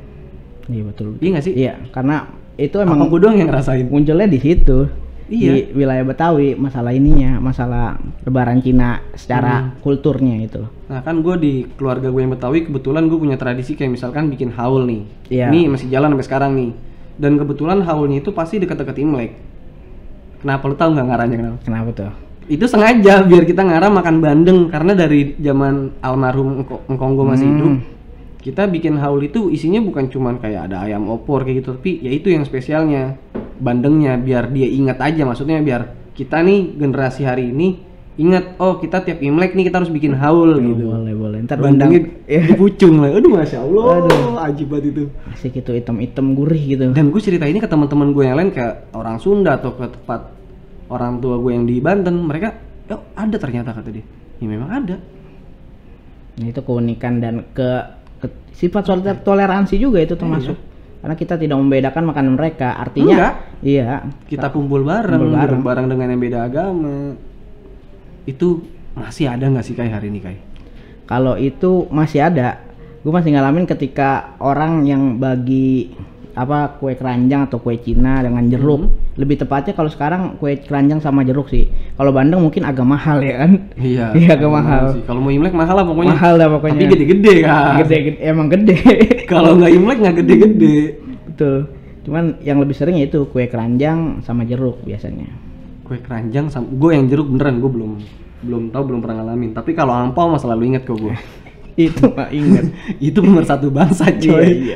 Iya betul. Iya nggak sih? Iya, karena itu emang gue doang yang ngerasain. Munculnya di situ. Iya. Di wilayah Betawi masalah ininya, masalah lebaran Cina secara kulturnya itu. Nah kan gue di keluarga gue yang Betawi kebetulan gue punya tradisi kayak misalkan bikin haul nih. Iya. Ini masih jalan sampai sekarang nih. Dan kebetulan haulnya itu pasti deket-deket Imlek. Kenapa lu tahu nggak ngaranya kenapa? Kenapa tuh? Itu sengaja biar kita ngarah makan bandeng karena dari zaman almarhum engkong gue masih hidup. Kita bikin haul itu isinya bukan cuman kayak ada ayam opor kayak gitu, tapi ya itu yang spesialnya bandengnya biar dia ingat aja, maksudnya biar kita nih generasi hari ini ingat, oh kita tiap Imlek nih kita harus bikin haul gitu. Boleh. Ntar bandengnya di pucung lah. Aduh masya Allah. Aduh ajib banget itu. Asik itu, hitam-hitam gurih gitu. Dan gue cerita ini ke teman-teman gue yang lain, kayak orang Sunda atau ke tempat orang tua gue yang di Banten, mereka, oh ada ternyata kata dia. Ya memang ada. Nah, itu keunikan dan sifat toleransi juga itu termasuk. Karena kita tidak membedakan makanan mereka, artinya enggak. Iya, Kita kumpul bareng dengan yang beda agama. Itu masih ada nggak sih kayak hari ini Kai? Kalau itu masih ada, gue masih ngalamin ketika orang yang bagi apa kue keranjang atau kue Cina dengan jeruk. Lebih tepatnya kalau sekarang kue keranjang sama jeruk sih. Kalau bandeng mungkin agak mahal ya kan? Iya. Iya agak mahal. Kalau mau Imlek mahal lah pokoknya. Mahal lah pokoknya. Tapi gede-gede kan. Gede, emang gede. Kalau nggak Imlek nggak gede-gede. Betul. Cuman yang lebih sering itu kue keranjang sama jeruk biasanya. Kue keranjang sama gue yang jeruk beneran gue belum tahu, belum pernah ngalamin. Tapi kalau angpau mah selalu inget kok gue. Itu mah inget. Itu pemersatu bangsa coy. Iya.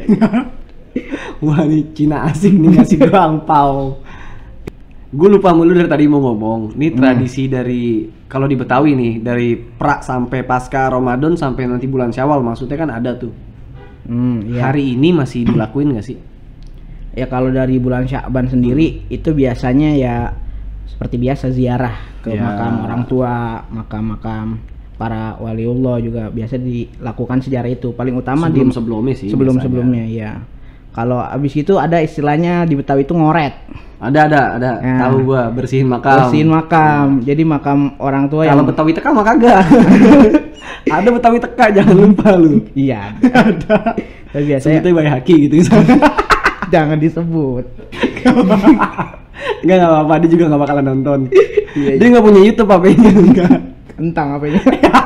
Wah nih Cina asik nih ngasih gue angpau. Gue lupa mulu dari tadi mau ngomong. Ini tradisi dari kalau di Betawi nih dari pra sampai pasca Ramadan sampai nanti bulan Syawal, maksudnya kan ada tuh. Iya. Hari ini masih dilakuin nggak sih? Ya kalau dari bulan Sya'ban sendiri itu biasanya ya seperti biasa ziarah ke makam orang tua, makam-makam para waliullah juga biasa dilakukan sejarah itu. Paling utama sebelumnya sih. Sebelumnya ya. Kalau abis itu ada istilahnya di Betawi itu ngoret. Ada. Ya. Tahu gua bersihin makam. Jadi makam orang tua kalau Betawi teka mah kagak. Ada Betawi teka, jangan lupa lu. Iya. Ada. Tapi biasanya sebutnya bayi haki gitu. Jangan disebut. Enggak apa-apa, dia juga nggak bakalan nonton. Iya. Dia nggak punya YouTube apa-apa enggak. Entang apanya.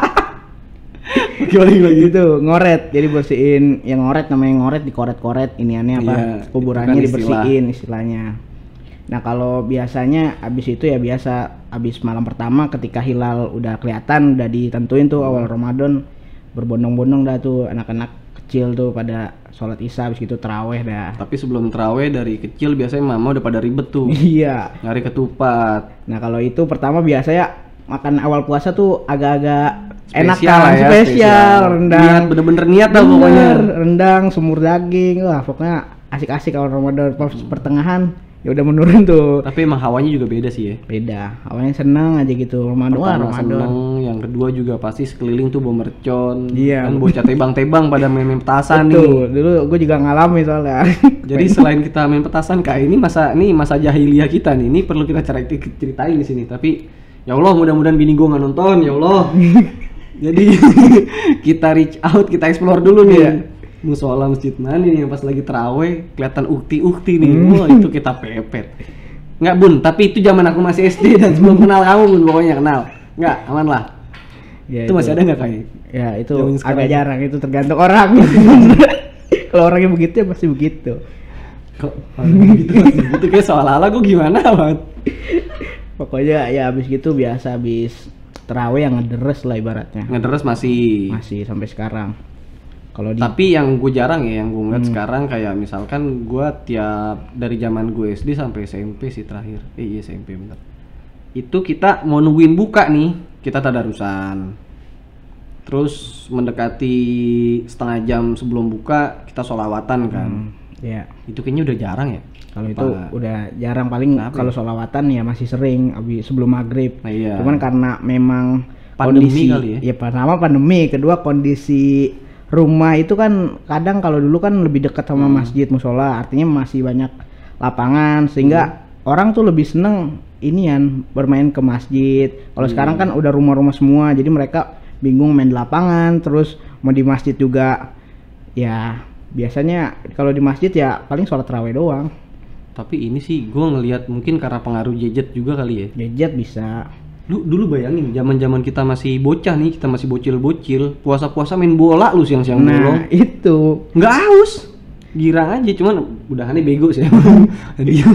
Gimana gitu, ngoret. Jadi bersihin, yang ngoret namanya ngoret, dikoret-koret iniannya apa? Iya, kuburannya kan dibersihin istilahnya. Nah, kalau biasanya abis itu ya biasa abis malam pertama ketika hilal udah kelihatan, udah ditentuin tuh awal Ramadan, berbondong-bondong dah tuh anak-anak kecil tuh pada sholat isya, habis gitu terawih dah. Tapi sebelum terawih dari kecil biasanya mama udah pada ribet tuh. Iya. Nyari ketupat. Nah kalau itu pertama biasanya makan awal puasa tuh agak-agak enak kan, spesial, rendang. Bener-bener niat lah pokoknya. Rendang, semur daging, wah pokoknya asik-asik awal Ramadan. Pas pertengahan ya udah menurun tuh. Tapi emang hawanya juga beda sih ya. Beda, hawanya seneng aja gitu. Ramadan. Seneng, yang kedua juga pasti sekeliling tuh bawa mercon. Iya. Kan bocah tebang-tebang pada main petasan nih. Dulu gue juga ngalamin soalnya. Jadi selain kita main petasan kayak ini masa jahiliyah kita nih. Ini perlu kita ceritain di sini. Tapi Ya Allah, mudah-mudahan bini gue nggak nonton, ya Allah. Jadi kita reach out, kita explore dulu nih. Musola masjid mana nih yang pas lagi terawih kelihatan ukti-ukti nih. Wah, itu kita pepet. Nggak Bun, tapi itu zaman aku masih SD dan sebelum kenal kamu Bun, pokoknya kenal. Nggak, aman lah. Ya, itu masih ada nggak kayak? Ya itu agak jarang, itu tergantung orang. Kalau orangnya begitu ya pasti begitu. Kok begitu masih begitu kayak seolah-olah gue gimana banget. Pokoknya ya abis gitu biasa abis terawih yang ngederes lah ibaratnya. Ngederes masih sampai sekarang. Kalau tapi yang gue jarang ya, yang gue ngeliat sekarang kayak misalkan gue tiap dari zaman gue SD sampai SMP sih terakhir. Iya SMP bener. Itu kita mau nungguin buka nih, kita tadarusan. Terus mendekati setengah jam sebelum buka kita sholawatan kan. Iya. Itu kayaknya udah jarang ya. Kalau itu udah jarang, paling kalau sholawatan ya masih sering sebelum maghrib. Nah, iya. Cuman karena memang pandemi kondisi kali ya. Ya pertama pandemi, kedua kondisi rumah itu kan kadang kalau dulu kan lebih dekat sama masjid musola, artinya masih banyak lapangan sehingga orang tuh lebih seneng inian bermain ke masjid. Kalau sekarang kan udah rumah-rumah semua, jadi mereka bingung main di lapangan, terus mau di masjid juga ya biasanya kalau di masjid ya paling sholat tarawih doang. Tapi ini sih gue ngelihat mungkin karena pengaruh gadget juga kali ya. Gadget bisa. Lu dulu bayangin zaman kita masih bocah nih, kita masih bocil-bocil, puasa-puasa main bola lu siang-siang bolong. Nah, itu. Nggak haus. Girang aja, cuman udahannya bego sih. Diam.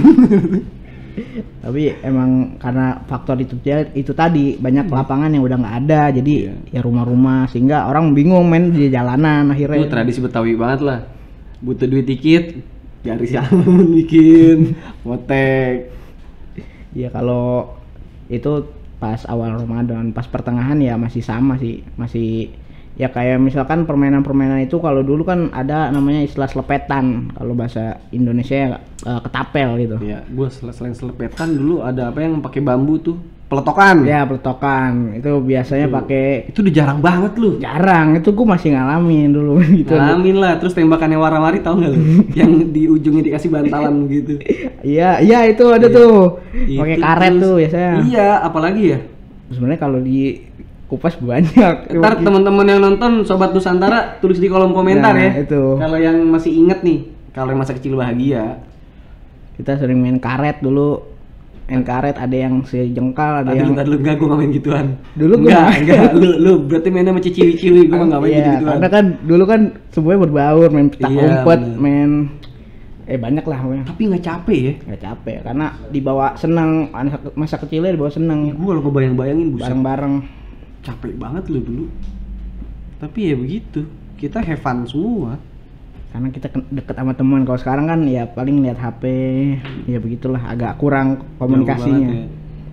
Tapi emang karena faktor itu tadi banyak lapangan yang udah nggak ada, jadi ya rumah-rumah sehingga orang bingung main di jalanan akhirnya. Itu tradisi Betawi banget lah. Butuh duit dikit, garis yang bikin, motek. Ya kalau itu pas awal Ramadan, pas pertengahan ya masih sama sih, masih ya kayak misalkan permainan-permainan itu kalau dulu kan ada namanya istilah selepetan, kalau bahasa Indonesia ketapel gitu. Ya, gua selain selepetan dulu ada apa yang pakai bambu tuh, peletokan. Ya peletokan, itu biasanya pakai. Itu udah jarang banget lu. Jarang, itu gua masih ngalamin dulu gitu. Ngalamin lah, terus tembakannya warawari tahu nggak lu? Yang di ujungnya dikasih bantalan gitu. Iya itu ada tuh, pakai karet tuh biasanya. Iya, apalagi ya? Sebenarnya kalau di kupas banyak. Ntar teman-teman yang nonton Sobat Nusantara tulis di kolom komentar ya. Itu. Kalau yang masih inget nih, kalau yang masa kecil bahagia. Kita sering main karet dulu. Main karet ada yang sejengkal, ada yang. Lu enggak, gua nggak main gituan. Dulu gua enggak. Lu berarti mainnya sama ciwi-ciwi, gua nggak main gitu-gituan. Karena kan dulu kan semuanya berbaur, main petak umpet, main banyak lah pokoknya. Tapi nggak capek ya? Nggak capek, karena dibawa senang, masa kecilnya dibawa senang. Gua kalau ngebayang-bayangin bareng-bareng. Capek banget lu dulu. Tapi ya begitu, kita have fun semua. Karena kita deket sama teman. Kalau sekarang kan ya paling lihat HP, ya begitulah, agak kurang komunikasinya. Ya.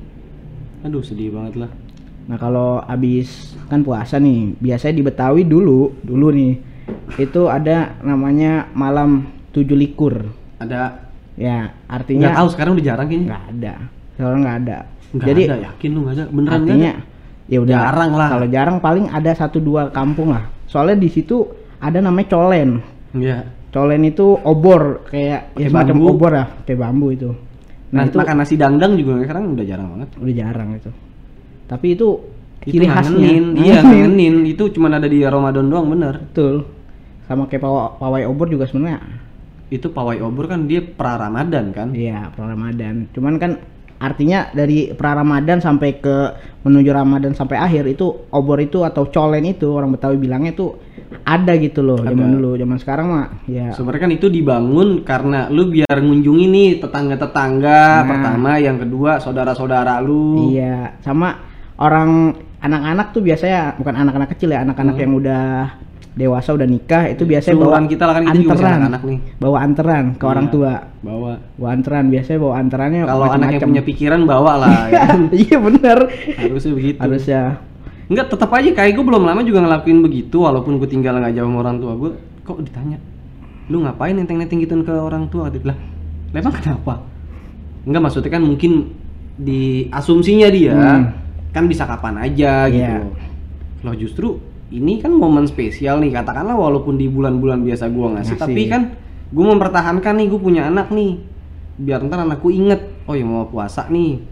Aduh sedih banget lah. Nah kalau abis kan puasa nih, biasanya di Betawi dulu nih itu ada namanya malam 7 likur. Ada. Ya artinya. Nggak tahu, sekarang udah jarang kayaknya. Nggak ada. Sekarang nggak ada. Nggak Jadi ada, yakin lu nggak ada? Beneran artinya ya udah jarang lah. Kalau jarang paling ada 1-2 kampung lah. Soalnya di situ ada namanya colen. Iya. Colen itu obor, kayak ya semacam obor ya, kayak bambu itu. Nah itu makan nasi dangdang juga sekarang udah jarang banget. Udah jarang itu. Tapi itu ciri khasnya. Iya ngangenin. Itu cuma ada di Ramadan doang, bener. Betul. Sama kayak pawai obor juga sebenarnya. Itu pawai obor kan dia pra Ramadan kan? Iya, pra Ramadan. Cuman kan artinya dari pra Ramadan sampai ke menuju Ramadan sampai akhir itu obor itu atau colen itu orang Betawi bilangnya tuh ada gitu loh. Zaman dulu. Zaman sekarang mah ya sebenarnya kan itu dibangun karena lu biar ngunjungi nih tetangga-tetangga pertama, yang kedua saudara-saudara lu. Iya, sama orang anak-anak tuh biasanya, bukan anak-anak kecil ya, anak-anak yang udah dewasa udah nikah itu biasanya bawa kita lah kan, kita juga anak-anak nih. Bawa anteran ke orang tua. Bawa anteran, biasanya bawa anterannya. Kalau anak yang punya pikiran bawa lah ya. Iya bener. Harusnya begitu. Harusnya. Enggak, tetap aja kayak gue belum lama juga ngelakuin begitu, walaupun gue tinggal nggak jauh sama orang tua gue. Kok ditanya, lu ngapain nenteng-nenteng gituan ke orang tua? Gitu lah. Memang kenapa? Enggak, maksudnya kan mungkin di asumsinya dia kan bisa kapan aja gitu. Loh justru ini kan momen spesial nih, katakanlah walaupun di bulan-bulan biasa gue ngasih, tapi kan gue mempertahankan nih, gue punya anak nih, biar ntar anakku inget, oh ya mau puasa nih,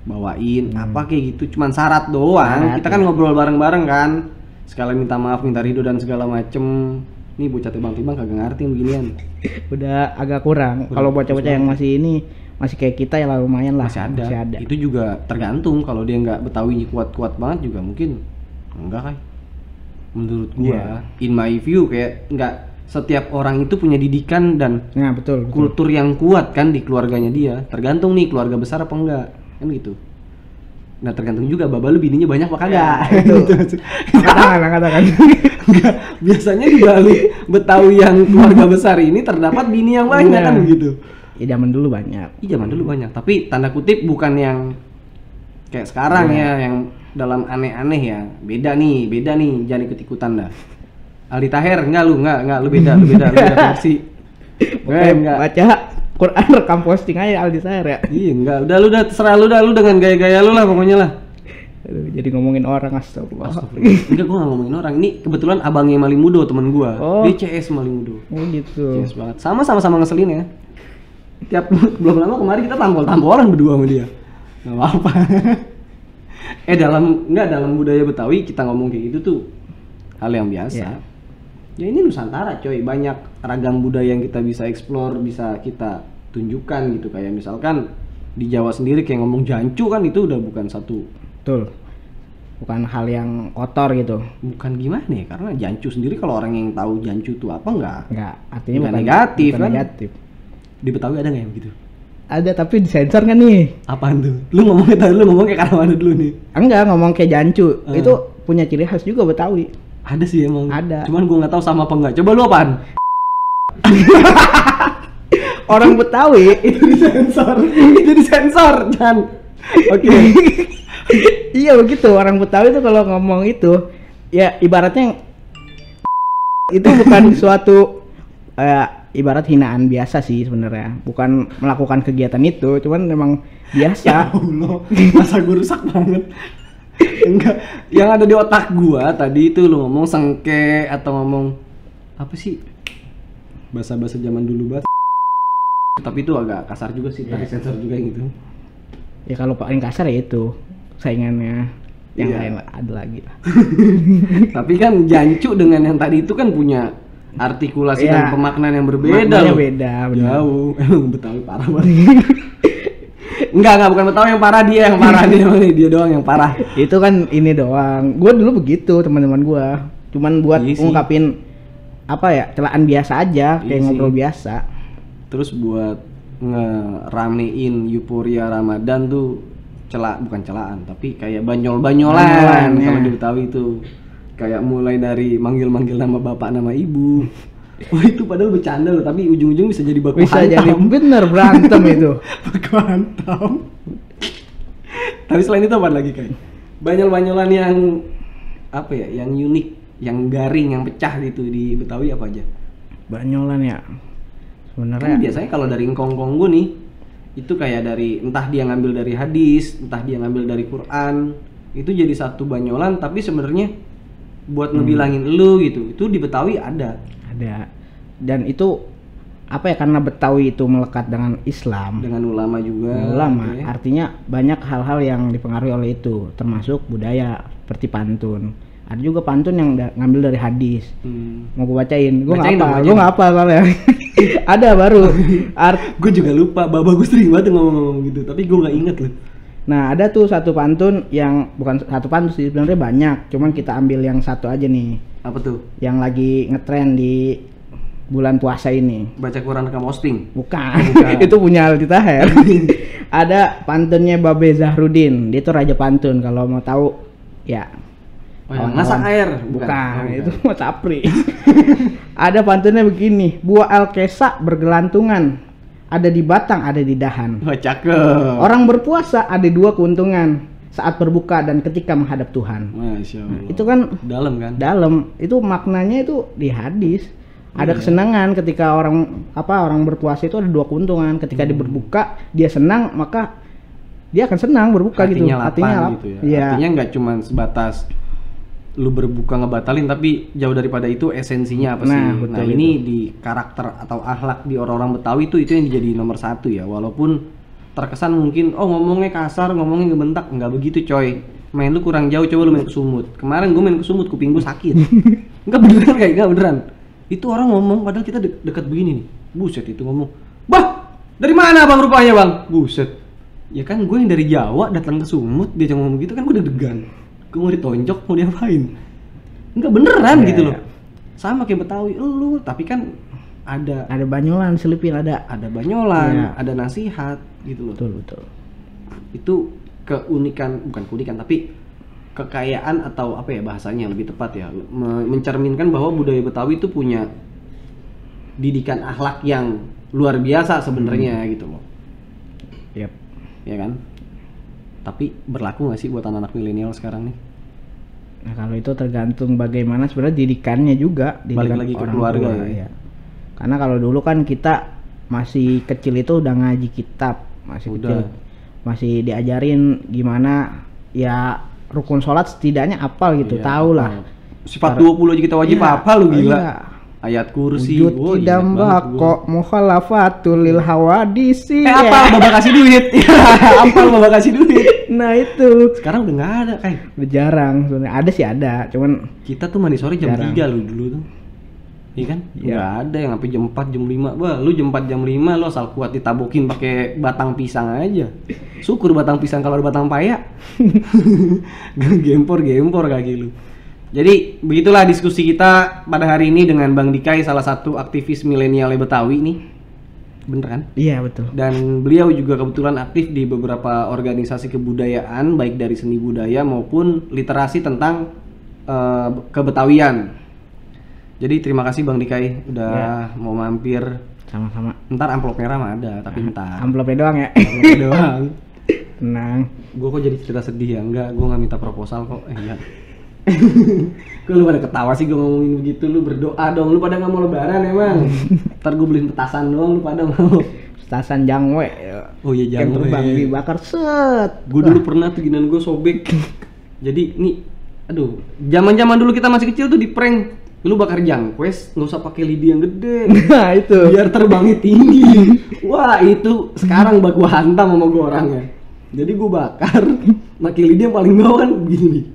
bawain apa kayak gitu, cuman syarat doang. Kita kan ngobrol bareng-bareng kan, sekalian minta maaf, minta ridho dan segala macem. Nih bocah timbang-timbang kagak ngerti beginian. Udah agak kurang. Kalau bocah-bocah yang masih ini masih kayak kita ya lah, lumayan lah. Masih ada. Itu juga tergantung, kalau dia nggak Betawinya kuat-kuat banget juga mungkin enggak kan. Menurut gua, in my view, kayak nggak setiap orang itu punya didikan dan betul. kultur yang kuat kan di keluarganya dia. Tergantung nih keluarga besar apa enggak, kan gitu. Nah tergantung juga baba lu bininya banyak apa kagak. Itu. Angkat tangan. Enggak, biasanya di Bali Betawi yang keluarga besar ini terdapat bini yang banyak kan begitu. Ya zaman dulu banyak. Iya zaman dulu banyak, tapi tanda kutip bukan yang kayak sekarang ya, yang dalam aneh-aneh ya. Beda nih, jangan ikut-ikutan dah. Aldi Taher, enggak lu beda versi. Enggak. Baca Quran rekam posting aja Aldi Taher ya. Iya, enggak. Udah terserah lu dengan gaya-gaya lu lah pokoknya lah. Aduh, jadi ngomongin orang, astagfirullah. Enggak, gua enggak ngomongin orang. Ini kebetulan abangnya Malimudo, teman gua. Dia CS Malimudo. Oh gitu. CS banget. Sama-sama ngeselin ya. Tiap belum lama kemarin kita tampol-tampolan berdua sama dia. Enggak apa-apa. dalam budaya Betawi kita ngomong kayak gitu tuh hal yang biasa. Ya ini Nusantara coy, banyak ragam budaya yang kita bisa explore, bisa kita tunjukkan gitu. Kayak misalkan di Jawa sendiri kayak ngomong jancu kan itu udah bukan satu. Betul. Bukan hal yang kotor gitu. Bukan gimana ya, karena jancu sendiri kalau orang yang tahu jancu itu apa enggak, artinya bukan negatif bukan kan. Negatif. Di Betawi ada nggak yang begitu? Ada, tapi disensor kan nih. Apaan tuh? Lu ngomong kayak karena mana dulu nih? Enggak, ngomong kayak jancu. Itu punya ciri khas juga Betawi. Ada sih emang. Ada. Cuman gua nggak tahu sama apa enggak. Coba lu apaan? Orang Betawi itu disensor. Jangan. Oke. Iya begitu, orang Betawi itu kalau ngomong itu ya ibaratnya itu bukan suatu ibarat hinaan biasa sih sebenarnya. Bukan melakukan kegiatan itu, cuman memang biasa. Ya Allah, masa gue rusak banget. Enggak, yang ada di otak gua tadi itu lu ngomong sengke atau ngomong apa sih? Bahasa-bahasa zaman dulu banget. Tapi itu agak kasar juga sih, tadi sensor juga gitu. Ya kalau paling kasar ya itu saingannya. Yang lain ada lagi lah. Tapi kan jancu dengan yang tadi itu kan punya artikulasi dan pemaknaan yang berbeda loh. Beda, benar. Jauh. Emang Betawi parah banget. Enggak, bukan Betawi yang parah, dia yang parah dia doang yang parah. Itu kan ini doang. Gua dulu begitu, teman-teman gua. Cuman buat ngungkapin apa ya, celaan biasa aja, kayak ngobrol biasa. Terus buat ngeramein euforia Ramadan tuh bukan celaan, tapi kayak banyol-banyolan kalau di Betawi itu. Kayak mulai dari manggil-manggil nama bapak, nama ibu. Oh itu padahal bercanda loh, tapi ujung-ujung bisa jadi baku hantam. Bisa jadi bener berantem itu. Baku hantam. Tapi selain itu apa lagi kayak? Banyol-banyolan yang apa ya? Yang unik, yang garing, yang pecah gitu di Betawi apa aja? Banyolan ya. Sebenarnya kan biasanya kalau dari engkong-engkong gue nih, itu kayak dari entah dia ngambil dari hadis, entah dia ngambil dari Quran, itu jadi satu banyolan tapi sebenarnya buat ngebilangin lu gitu. Itu di Betawi ada. Dan itu apa ya, karena Betawi itu melekat dengan Islam, dengan ulama juga. Artinya banyak hal-hal yang dipengaruhi oleh itu, termasuk budaya seperti pantun. Ada juga pantun yang ngambil dari hadis. Mau gue bacain? Gue nggak apa soalnya. Ada baru. Gue juga lupa. Baba gue sering banget ngomong-ngomong gitu, tapi gue nggak inget loh. Nah ada tuh satu pantun yang bukan satu pantun sih, sebenarnya banyak. Cuman kita ambil yang satu aja nih. Apa tuh? Yang lagi ngetren di bulan puasa ini. Baca Quran rekam posting? Bukan. Itu punya Aldi Taher. Ada pantunnya Babe Zahrudin. Dia itu raja pantun. Kalau mau tahu ya. Masak air? Bukan. Itu mau Capri. Ada pantunnya begini. Buah alkesa bergelantungan. Ada di batang, ada di dahan. Cakep. Orang berpuasa ada dua keuntungan. Saat berbuka dan ketika menghadap Tuhan. Masya Allah. Itu kan dalam kan? Dalam. Itu maknanya itu di hadis. Ada kesenangan ketika orang berpuasa itu ada dua keuntungan. Ketika dia berbuka, dia senang, maka dia akan senang berbuka gitu. Hatinya lapang gitu ya. Iya. Artinya nggak cuma sebatas lu berbuka ngebatalin, tapi jauh daripada itu esensinya apa sih? Nah ini di karakter atau akhlak di orang-orang Betawi itu yang jadi nomor satu ya. Walaupun terkesan mungkin ngomongnya kasar, ngomongnya ngebentak. Enggak begitu coy, main lu kurang jauh, coba lu main ke Sumut. Kemarin gue main ke Sumut, kuping gue sakit. Enggak beneran, kayak enggak beneran. Itu orang ngomong padahal kita dekat begini nih. Buset, itu ngomong, "Bah, dari mana bang rupanya bang?" Buset. Ya kan gue yang dari Jawa datang ke Sumut, dia cuma ngomong gitu kan gue deg-degan. Gue mau ditonjok, mau diapain? Enggak beneran gitu loh. Sama kayak Betawi lu, tapi kan ada banyolan selipin, ada banyolan, ada nasihat gitu loh. betul. Itu keunikan, bukan keunikan tapi kekayaan atau apa ya bahasanya lebih tepat ya, mencerminkan bahwa budaya Betawi itu punya didikan akhlak yang luar biasa sebenarnya gitu loh. Yep. Ya kan? Tapi berlaku nggak sih buat anak-anak milenial sekarang nih? Nah kalau itu tergantung bagaimana sebenarnya didikannya juga, balik lagi ke keluarga ya. Karena kalau dulu kan kita masih kecil itu udah ngaji kitab, kecil masih diajarin gimana ya rukun sholat setidaknya apal gitu, tahu lah. Sifat 20 aja kita wajib hafal lu gila. Ayat kursi, wujud tidambak kok mukhalafatul lil hawadisi. Apa Bapak kasih duit? Apa Bapak kasih duit? Nah itu. Sekarang udah nggak ada kayak. Udah jarang sebenarnya. Ada sih ada, cuman kita tuh mandi sore jam 3 lu dulu tuh. Iya kan? Nggak ada yang sampai jam 4 jam 5. Wah, lu jam 4 jam 5 lu asal kuat ditabokin pakai batang pisang aja. Syukur batang pisang, kalau ada batang paya. Gempor kaki lu. Jadi begitulah diskusi kita pada hari ini dengan Bang Dikai, salah satu aktivis milenial Betawi nih. Bener kan? Iya betul. Dan beliau juga kebetulan aktif di beberapa organisasi kebudayaan, baik dari seni budaya maupun literasi tentang kebetawian. Jadi terima kasih Bang Dikai udah mau mampir. Sama-sama. Ntar amplop merah mah ada, tapi ntar. Amplopnya doang ya? Amplopnya doang. Tenang. Gue kok jadi cerita sedih ya? Enggak, gue nggak minta proposal kok. Iya. Kok lu pada ketawa sih gue ngomongin begitu? Lu berdoa dong, lu pada nggak mau lebaran emang? Ntar gue beliin petasan doang, lu pada mau? Petasan jangwe. Oh iya jangwe. Terbang dibakar set. Gue dulu pernah tuh ginian gue sobek. Jadi nih, aduh, zaman dulu kita masih kecil tuh di prank. Lu bakar jangkes, nggak usah pakai lidi yang gede. Nah itu. Biar terbangnya tinggi. Wah itu sekarang gua hantam sama gue orangnya. Jadi gue bakar, pakai lidi yang paling bawah kan begini.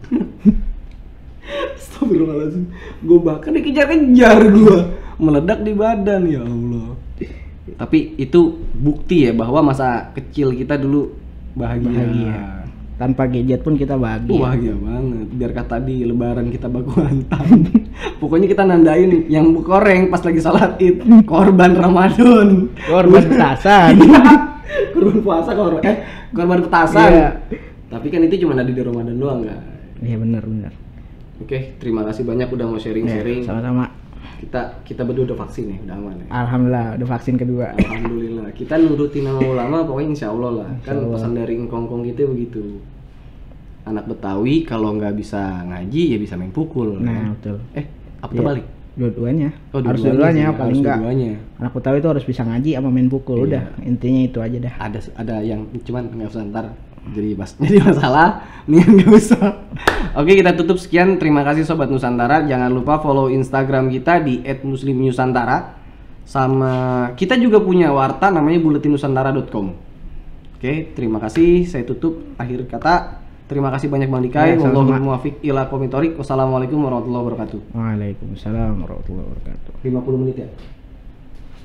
Astagfirullahaladzim. Gue bakar dikejar-kejar gue, meledak di badan, ya Allah. Tapi itu bukti ya bahwa masa kecil kita dulu bahagia. Tanpa gadget pun kita bahagia. Bahagia banget. Biar kata di lebaran kita baku hantam. Pokoknya kita nandain yang koreng pas lagi salat Id, korban Ramadan, korban petasan. Korban puasa, korban petasan. Yeah. Tapi kan itu cuma ada di Ramadan doang kan? Iya benar. Oke, terima kasih banyak udah mau sharing-sharing. Sama-sama. Kita berdua udah vaksin ya, udah aman ya. Alhamdulillah, udah vaksin kedua. Alhamdulillah. Kita nurutin nama ulama, pokoknya insya Allah lah. Kan pesan dari Engkongkong gitu begitu. Anak Betawi kalau nggak bisa ngaji ya bisa main pukul. Nah, betul. Apa terbalik? Dua-duanya. Harus dua-duanya paling enggak. Anak Betawi itu harus bisa ngaji sama main pukul. Udah, intinya itu aja dah. Ada yang cuman nggak usah ntar jadi masalah, nih nggak usah. Oke, kita tutup sekian. Terima kasih Sobat Nusantara. Jangan lupa follow Instagram kita di @muslimnusantara. Sama kita juga punya warta namanya buletinusantara.com. Oke, terima kasih. Saya tutup akhir kata. Terima kasih banyak Bang Dikai. Wallahul muwaffiq ila aqwamit thoriq. Wassalamualaikum warahmatullahi wabarakatuh. Waalaikumsalam warahmatullahi wabarakatuh. 50 menit ya.